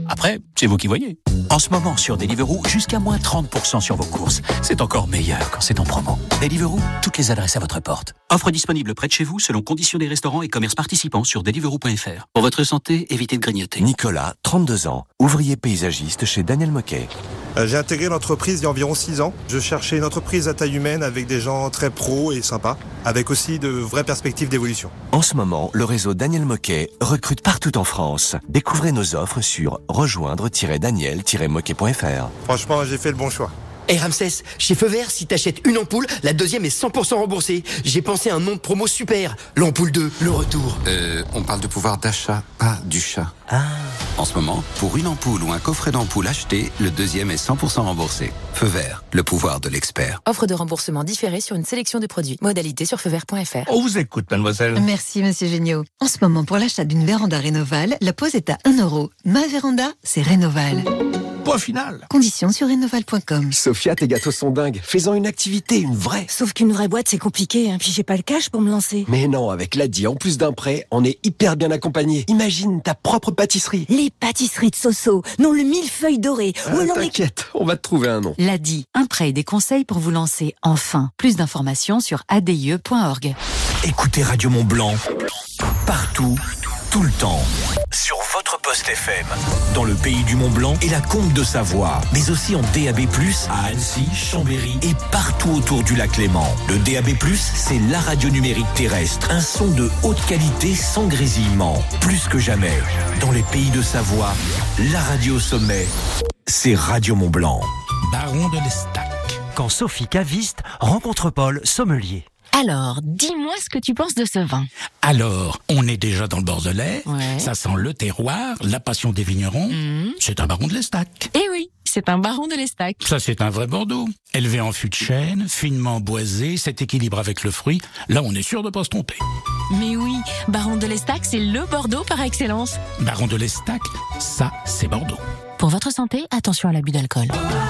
S11: Après, c'est vous qui voyez. En ce moment, sur Deliveroo, jusqu'à moins trente pour cent sur vos courses. C'est encore meilleur quand c'est en promo. Deliveroo, toutes les adresses à votre porte. Offre disponible près de chez vous selon conditions des restaurants et commerces participants sur deliveroo point f r. Pour votre santé, évitez de grignoter.
S12: Nicolas, trente-deux ans, ouvrier paysagiste chez Daniel Moquet.
S14: Euh, j'ai intégré l'entreprise il y a environ six ans. Je cherchais une entreprise à taille humaine avec des gens très pros et sympas, avec aussi de vraies perspectives d'évolution.
S12: En ce moment, le réseau Daniel Moquet recrute partout en France. Découvrez nos offres sur rejoindre tiret daniel tiret moquet point f r.
S14: Franchement, j'ai fait le bon choix.
S15: Hey Ramsès, chez Feu Vert, si t'achètes une ampoule, la deuxième est cent pour cent remboursée. J'ai pensé à un nom de promo super. L'ampoule deux, le retour.
S24: Euh, on parle de pouvoir d'achat, pas du chat.
S15: Ah.
S24: En ce moment, pour une ampoule ou un coffret d'ampoule acheté, le deuxième est cent pour cent remboursé. Feu Vert, le pouvoir de l'expert.
S25: Offre de remboursement différée sur une sélection de produits. Modalité sur feu vert point f r.
S26: On vous écoute, mademoiselle.
S27: Merci, monsieur Géniaud. En ce moment, pour l'achat d'une véranda Rénoval, la pose est à un euro. Ma véranda, c'est Rénoval.
S26: Point final.
S27: Conditions sur rénoval point com.
S21: Sophia, tes gâteaux sont dingues. Fais-en une activité, une vraie.
S28: Sauf qu'une vraie boîte, c'est compliqué, hein. Puis j'ai pas le cash pour me lancer.
S21: Mais non, avec l'A D I, en plus d'un prêt, on est hyper bien accompagné. Imagine ta propre pâtisserie.
S28: Les pâtisseries de Soso. Non, le millefeuille doré.
S21: Ah, t'inquiète, on va te trouver un nom.
S27: L'A D I, un prêt et des conseils pour vous lancer enfin. Plus d'informations sur a d i e point org.
S1: Écoutez Radio Mont Blanc partout, tout le temps. Sur votre poste F M, dans le pays du Mont Blanc et la Comte de Savoie, mais aussi en D A B plus, à Annecy, Chambéry et partout autour du lac Léman. Le D A B plus, c'est la radio numérique terrestre. Un son de haute qualité sans grésillement. Plus que jamais, dans les pays de Savoie, la radio au sommet, c'est Radio Mont Blanc.
S10: Baron de l'Estac.
S29: Quand Sophie Caviste rencontre Paul, sommelier.
S30: Alors, dis-moi ce que tu penses de ce vin.
S10: Alors, on est déjà dans le Bordelais,
S30: ouais.
S10: Ça sent le terroir, la passion des vignerons, mmh. C'est un baron de l'Estac.
S30: Eh oui, c'est un baron de l'Estac.
S10: Ça, c'est un vrai Bordeaux. Élevé en fût de chêne, finement boisé, cet équilibre avec le fruit, là, on est sûr de pas se tromper.
S30: Mais oui, baron de l'Estac, c'est le Bordeaux par excellence.
S10: Baron de l'Estac, ça, c'est Bordeaux.
S30: Pour votre santé, attention à l'abus d'alcool.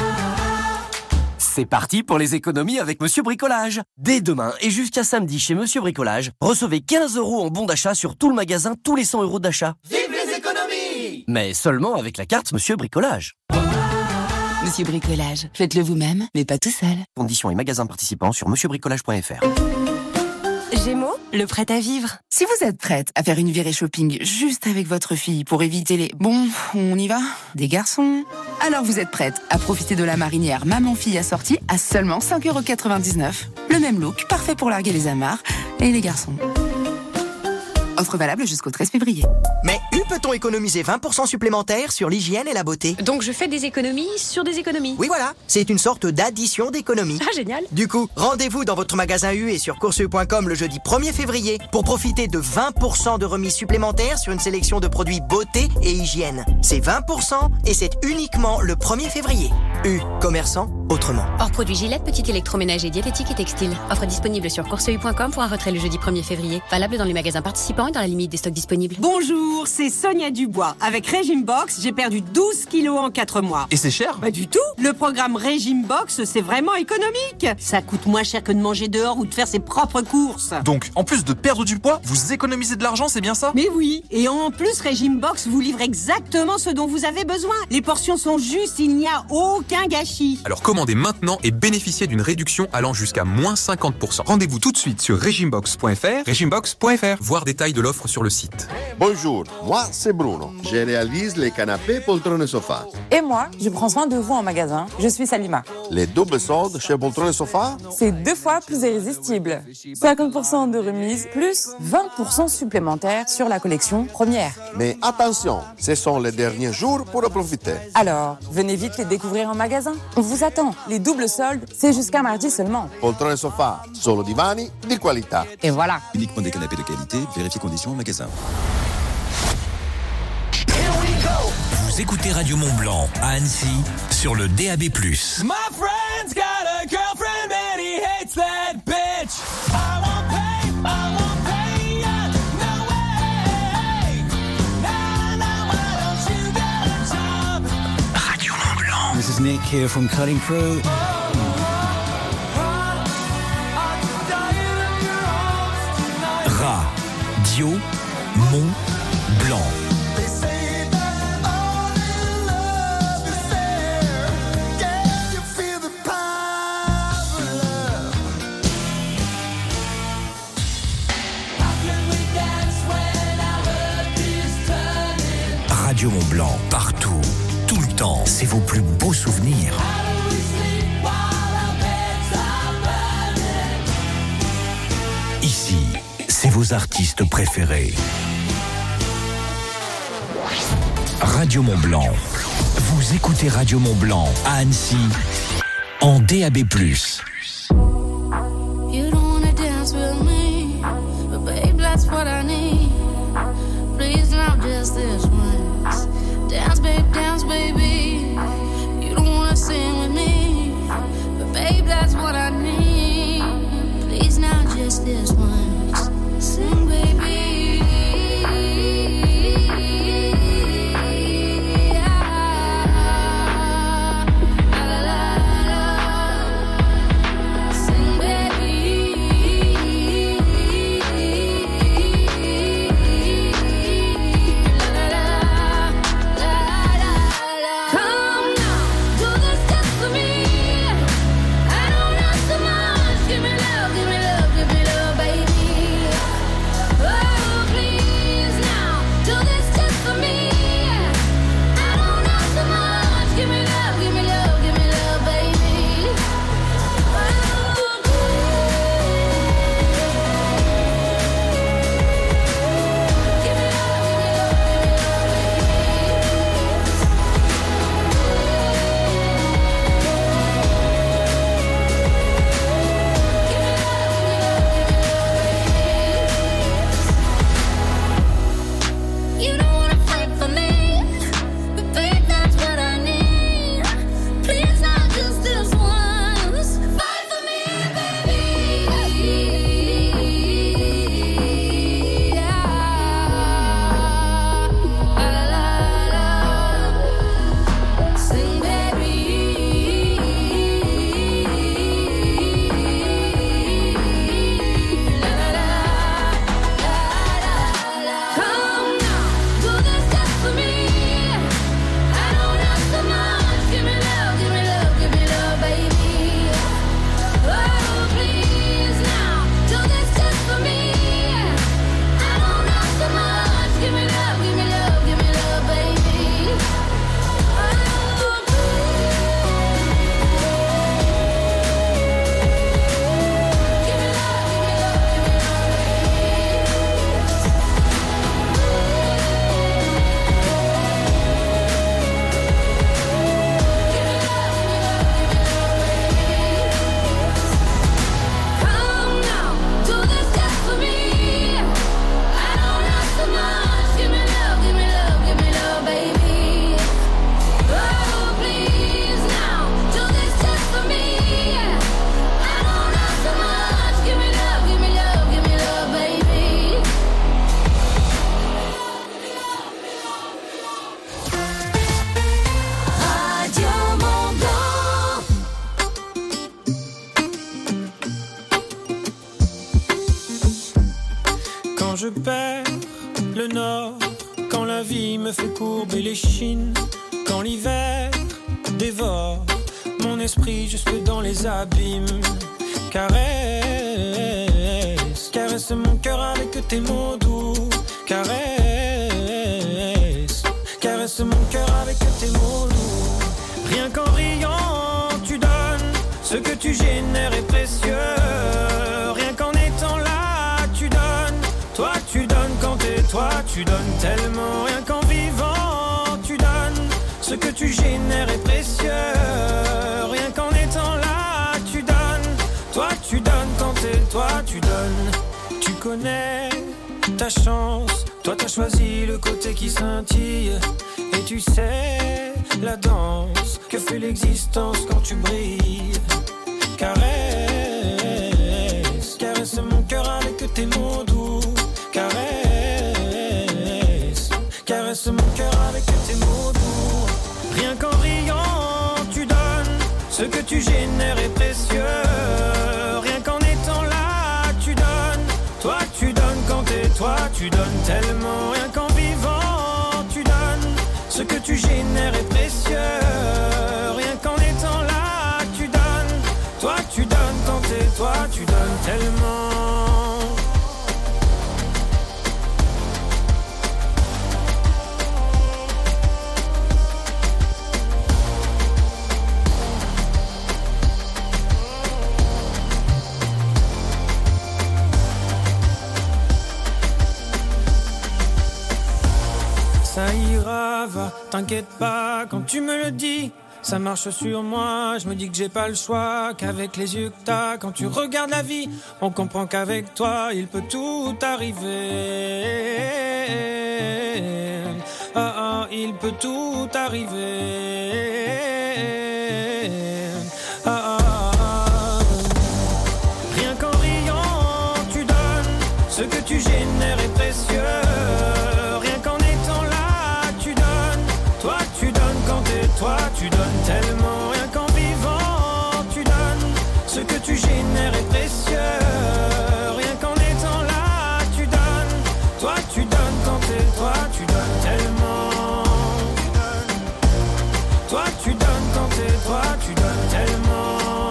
S15: C'est parti pour les économies avec Monsieur Bricolage. Dès demain et jusqu'à samedi chez Monsieur Bricolage, recevez quinze euros en bon d'achat sur tout le magasin, tous les cent euros d'achat.
S31: Vive les économies!
S15: Mais seulement avec la carte Monsieur Bricolage.
S30: Monsieur Bricolage, faites-le vous-même, mais pas tout seul.
S15: Conditions et magasins participants sur monsieur bricolage point f r.
S30: Gémeaux, le prêt à vivre. Si vous êtes prête à faire une virée shopping juste avec votre fille pour éviter les « bon, on y va » des garçons, alors vous êtes prête à profiter de la marinière maman-fille assortie à seulement cinq euros quatre-vingt-dix-neuf. Le même look, parfait pour larguer les amarres et les garçons. Offre valable jusqu'au treize février.
S15: Mais où peut-on économiser vingt pour cent supplémentaires sur l'hygiène et la beauté?
S30: Donc je fais des économies sur des économies.
S15: Oui voilà, c'est une sorte d'addition d'économies.
S30: Ah génial.
S15: Du coup, rendez-vous dans votre magasin U et sur course u point com le jeudi premier février pour profiter de vingt pour cent de remise supplémentaires sur une sélection de produits beauté et hygiène. C'est vingt pour cent et c'est uniquement le premier février. U, commerçant, autrement.
S30: Hors produit Gillette, petit électroménager, diététique et textile. Offre disponible sur course u point com pour un retrait le jeudi premier février. Valable dans les magasins participants et dans la limite des stocks disponibles.
S32: Bonjour, c'est Sonia Dubois. Avec Régime Box, j'ai perdu douze kilos en quatre mois.
S21: Et c'est cher?
S32: Pas du tout. Le programme Régime Box, c'est vraiment économique. Ça coûte moins cher que de manger dehors ou de faire ses propres courses.
S21: Donc, en plus de perdre du poids, vous économisez de l'argent, c'est bien ça?
S32: Mais oui. Et en plus, Régime Box vous livre exactement ce dont vous avez besoin. Les portions sont justes, il n'y a aucun gâchis.
S33: Alors commandez maintenant et bénéficiez d'une réduction allant jusqu'à moins cinquante pour cent. Rendez-vous tout de suite sur régimebox point f r, régimebox point f r. Voir détails de l'offre sur le site.
S5: Bonjour, moi c'est Bruno. Je réalise les canapés, poltrons et sofas.
S34: Et moi, je prends soin de vous en magasin. Je suis Salima.
S5: Les doubles soldes chez Poltrons et Sofas,
S34: c'est deux fois plus irrésistible. cinquante pour cent de remise, plus vingt pour cent supplémentaires sur la collection première.
S5: Mais attention, ce sont les derniers jours pour en profiter.
S34: Alors, venez vite les découvrir en magasin. On vous attend. Les doubles soldes, c'est jusqu'à mardi seulement.
S5: Poltrons et Sofas, solo divani di qualità.
S34: Et voilà.
S35: Uniquement des canapés de qualité, vérifiez conditions en magasin.
S1: Vous écoutez Radio Mont Blanc à Annecy sur le D A B plus.
S9: My friend's got a girlfriend and he hates that bitch. I won't pay, I won't pay ya, no way. Nah, nah, why don't you get a job?
S1: Radio Mont Blanc.
S36: This is Nick here from Cutting Crew.
S1: Radio Mont Blanc. c'est vos plus beaux souvenirs. Ici, c'est vos artistes préférés. Radio Mont-Blanc. Vous écoutez Radio Mont-Blanc à Annecy en D A B plus.
S2: You don't wanna dance with me, but babe, that's what I need. Please, not just this once. Dance, babe, dance, baby. You don't wanna sing with me, but babe, that's what I need. Please, not just this once. Sing, baby.
S3: je perds le nord, quand la vie me fait courber les chines, quand l'hiver dévore mon esprit jusque dans les abîmes. Caresse, caresse mon cœur avec tes mots doux. Caresse, caresse mon cœur avec tes mots doux. Rien qu'en riant, tu donnes, ce que tu génères est précieux. Rien qu'en étant là, tu donnes, toi tu donnes quand t'es toi, tu donnes tellement. Rien qu'en vivant, tu donnes, ce que tu génères est précieux. Rien qu'en étant là, tu donnes, toi tu donnes quand t'es toi, tu donnes. Tu connais ta chance, toi t'as choisi le côté qui scintille. Et tu sais la danse que fait l'existence quand tu brilles. Caresse, caresse mon cœur avec tes mots doux. Caresse, caresse mon cœur avec tes mots doux. Rien qu'en riant, tu donnes, ce que tu génères est précieux. Rien qu'en étant là, tu donnes, toi tu donnes quand t'es toi, tu donnes tellement. Rien qu'en vivant, tu donnes, ce que tu génères est précieux. Rien qu'en étant là, tu donnes, toi tu donnes quand t'es toi, tu donnes tellement. pas, t'inquiète pas, quand tu me le dis, ça marche sur moi. Je me dis que j'ai pas le choix, qu'avec les yeux que t'as, quand tu regardes la vie, on comprend qu'avec toi, il peut tout arriver. Ah ah, il peut tout arriver. Ah ah, ah. Rien qu'en riant, tu donnes, ce que tu génères est précieux. Rien qu'en étant là, tu donnes, toi tu donnes quand t'es toi, tu donnes tellement. Rien qu'en vivant, tu donnes, ce que tu génères est précieux. Rien qu'en étant là, tu donnes, toi tu donnes quand t'es toi, tu donnes tellement. Toi tu donnes quand t'es toi, tu donnes tellement.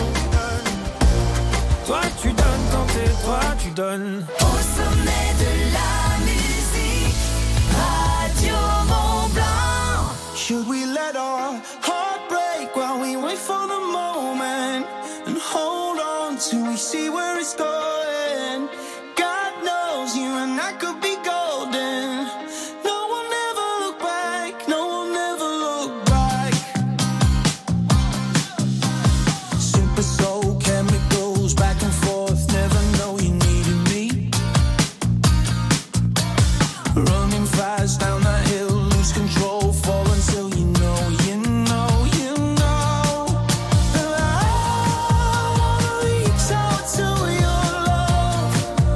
S3: Toi tu donnes quand t'es toi, tu donnes.
S9: Au sommet de la musique, Radio Mont Blanc.
S3: Should we let our heart break while we wait for the moment and hold on till we see where it's going? God knows you and I could be golden. No one ever look back, no one ever look back. Super soul chemicals back and forth, never know you needed me. Running fast down that hill, lose control, fall until you know, you know, you know. And I wanna reach out to your love.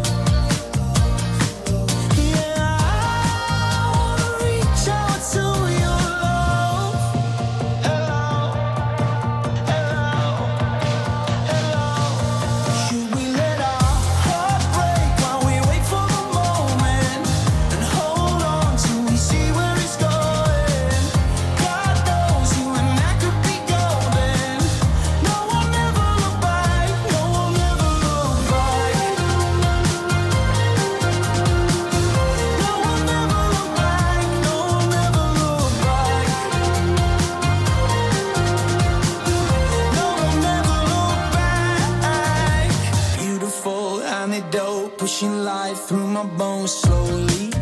S3: Yeah, I wanna reach out to your love. Hello, hello, hello. Should we let our heart break while we wait for the moment and hold on till we see where it's going? God knows you and I could be golden. No one ever look back, no one ever look back. No one ever look back, no one ever look back. No one ever look back. Beautiful antidote, pushing life through my bones slowly.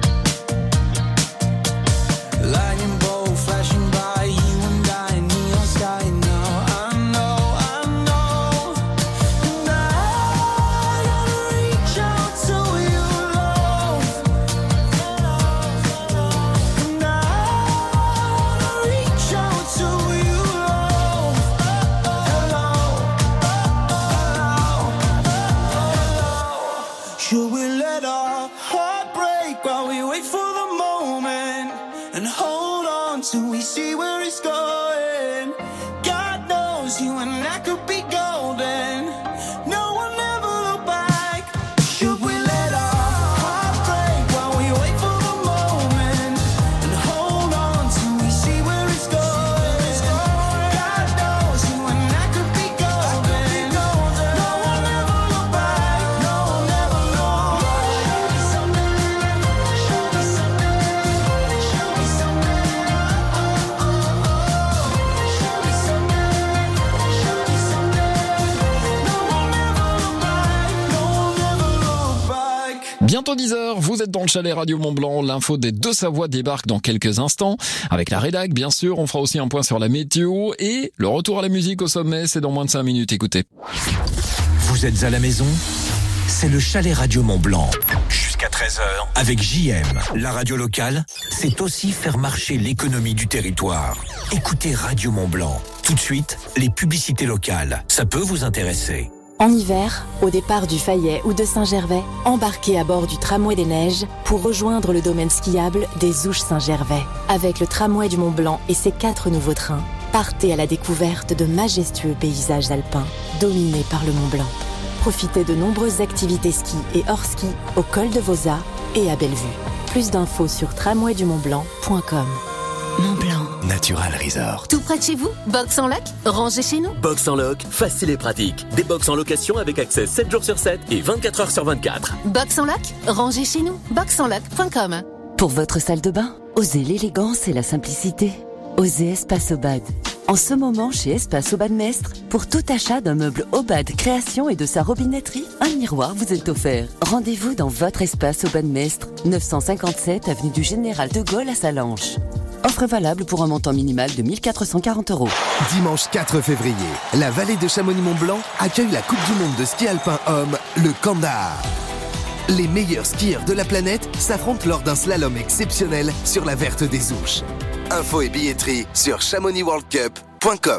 S3: Lightning bolt flashing by, you and I, neon sky. Now I know, I know. And I gotta reach out to your love. And I wanna reach out to your love. Hello, hello. Should we let our heart break while we wait for the moment and hold on till we see where it's going? God knows you and I could be golden. No one ever look back. Should we let our heart break while we wait for the moment and hold on till we see where it's going? God knows you and I could be golden. No one ever look back. No one ever look back. Show me something. Show me something. Show me something. Oh, oh, oh. Show me something. Show me something. No one ever look back. No one ever look back.
S4: Bientôt dix heures, vous êtes dans le chalet Radio Mont Blanc. L'info des deux Savoies débarque dans quelques instants. Avec la rédac, bien sûr, on fera aussi un point sur la météo et le retour à la musique au sommet, c'est dans moins de cinq minutes. Écoutez.
S1: Vous êtes à la maison? C'est le chalet Radio Mont Blanc. Jusqu'à treize heures, avec J M. La radio locale, c'est aussi faire marcher l'économie du territoire. Écoutez Radio Mont Blanc. Tout de suite, les publicités locales. Ça peut vous intéresser.
S6: En hiver, au départ du Fayet ou de Saint-Gervais, embarquez à bord du tramway des neiges pour rejoindre le domaine skiable des Ouches Saint-Gervais. Avec le tramway du Mont Blanc et ses quatre nouveaux trains, partez à la découverte de majestueux paysages alpins dominés par le Mont Blanc. Profitez de nombreuses activités ski et hors ski au col de Vosa et à Bellevue. Plus d'infos sur tramway du mont blanc point com.
S7: Mont Blanc.
S1: Natural Resort.
S7: Tout près de chez vous, box en loc, rangez chez nous.
S8: Box en loc, facile et pratique. Des box en location avec accès sept jours sur sept et vingt-quatre heures sur vingt-quatre.
S7: Box en loc, rangez chez nous. box en loc point com.
S11: Pour votre salle de bain, osez l'élégance et la simplicité. Osez Espace Aubade. En ce moment, chez Espace Aubade Mestre, pour tout achat d'un meuble Aubade Création et de sa robinetterie, un miroir vous est offert. Rendez-vous dans votre Espace Aubade Mestre, neuf cent cinquante-sept avenue du Général de Gaulle à Salanches. Offre valable pour un montant minimal de mille quatre cent quarante euros.
S12: Dimanche quatre février, la vallée de Chamonix-Mont-Blanc accueille la Coupe du Monde de ski alpin homme, le Kandahar. Les meilleurs skieurs de la planète s'affrontent lors d'un slalom exceptionnel sur la verte des Ouches. Infos et billetterie sur chamonix world cup point com.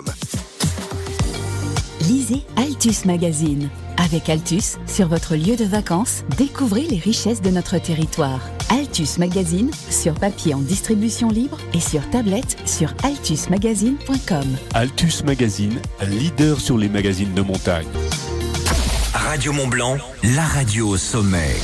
S13: Lisez Altus Magazine. Avec Altus, sur votre lieu de vacances, découvrez les richesses de notre territoire. Altus Magazine, sur papier en distribution libre et sur tablette sur altus magazine point com.
S14: Altus Magazine, leader sur les magazines de montagne.
S1: Radio Mont-Blanc, la radio au sommet.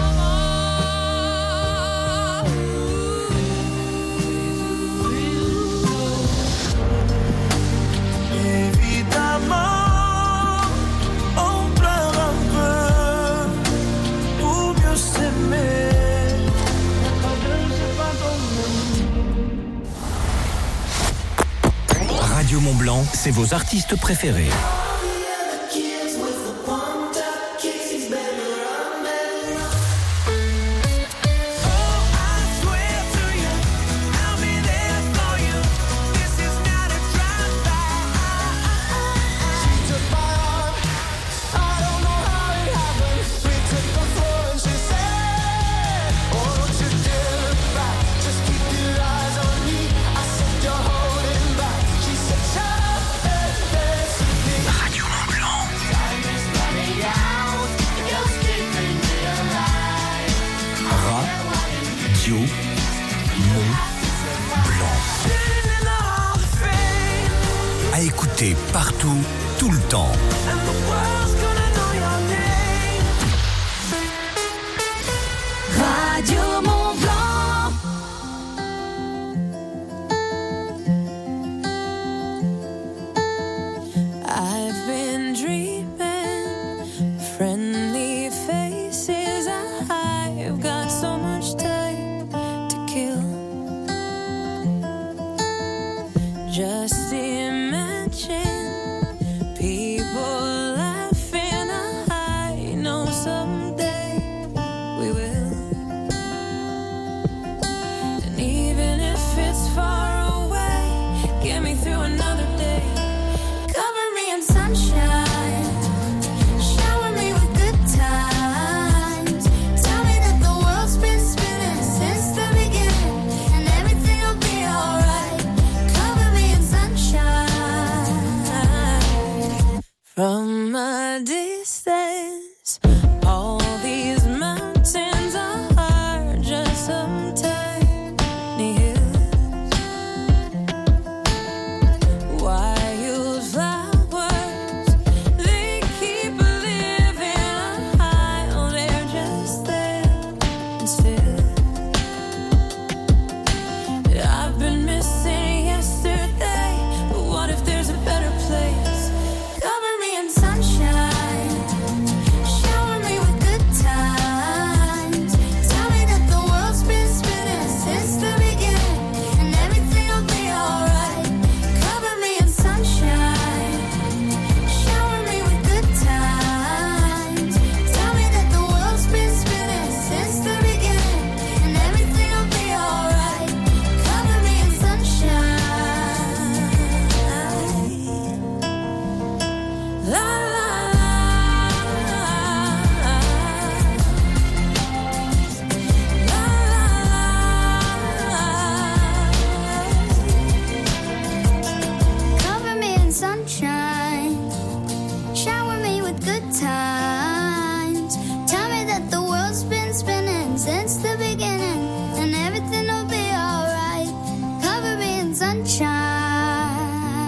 S1: Radio Mont-Blanc, c'est vos artistes préférés. À écouter partout, tout le temps.
S2: Radio Mont-Blanc. I've been dreaming friendly faces. I've got so much time to kill. Just imagine people laughing. I know someday we will. And even if it's far away, get me through another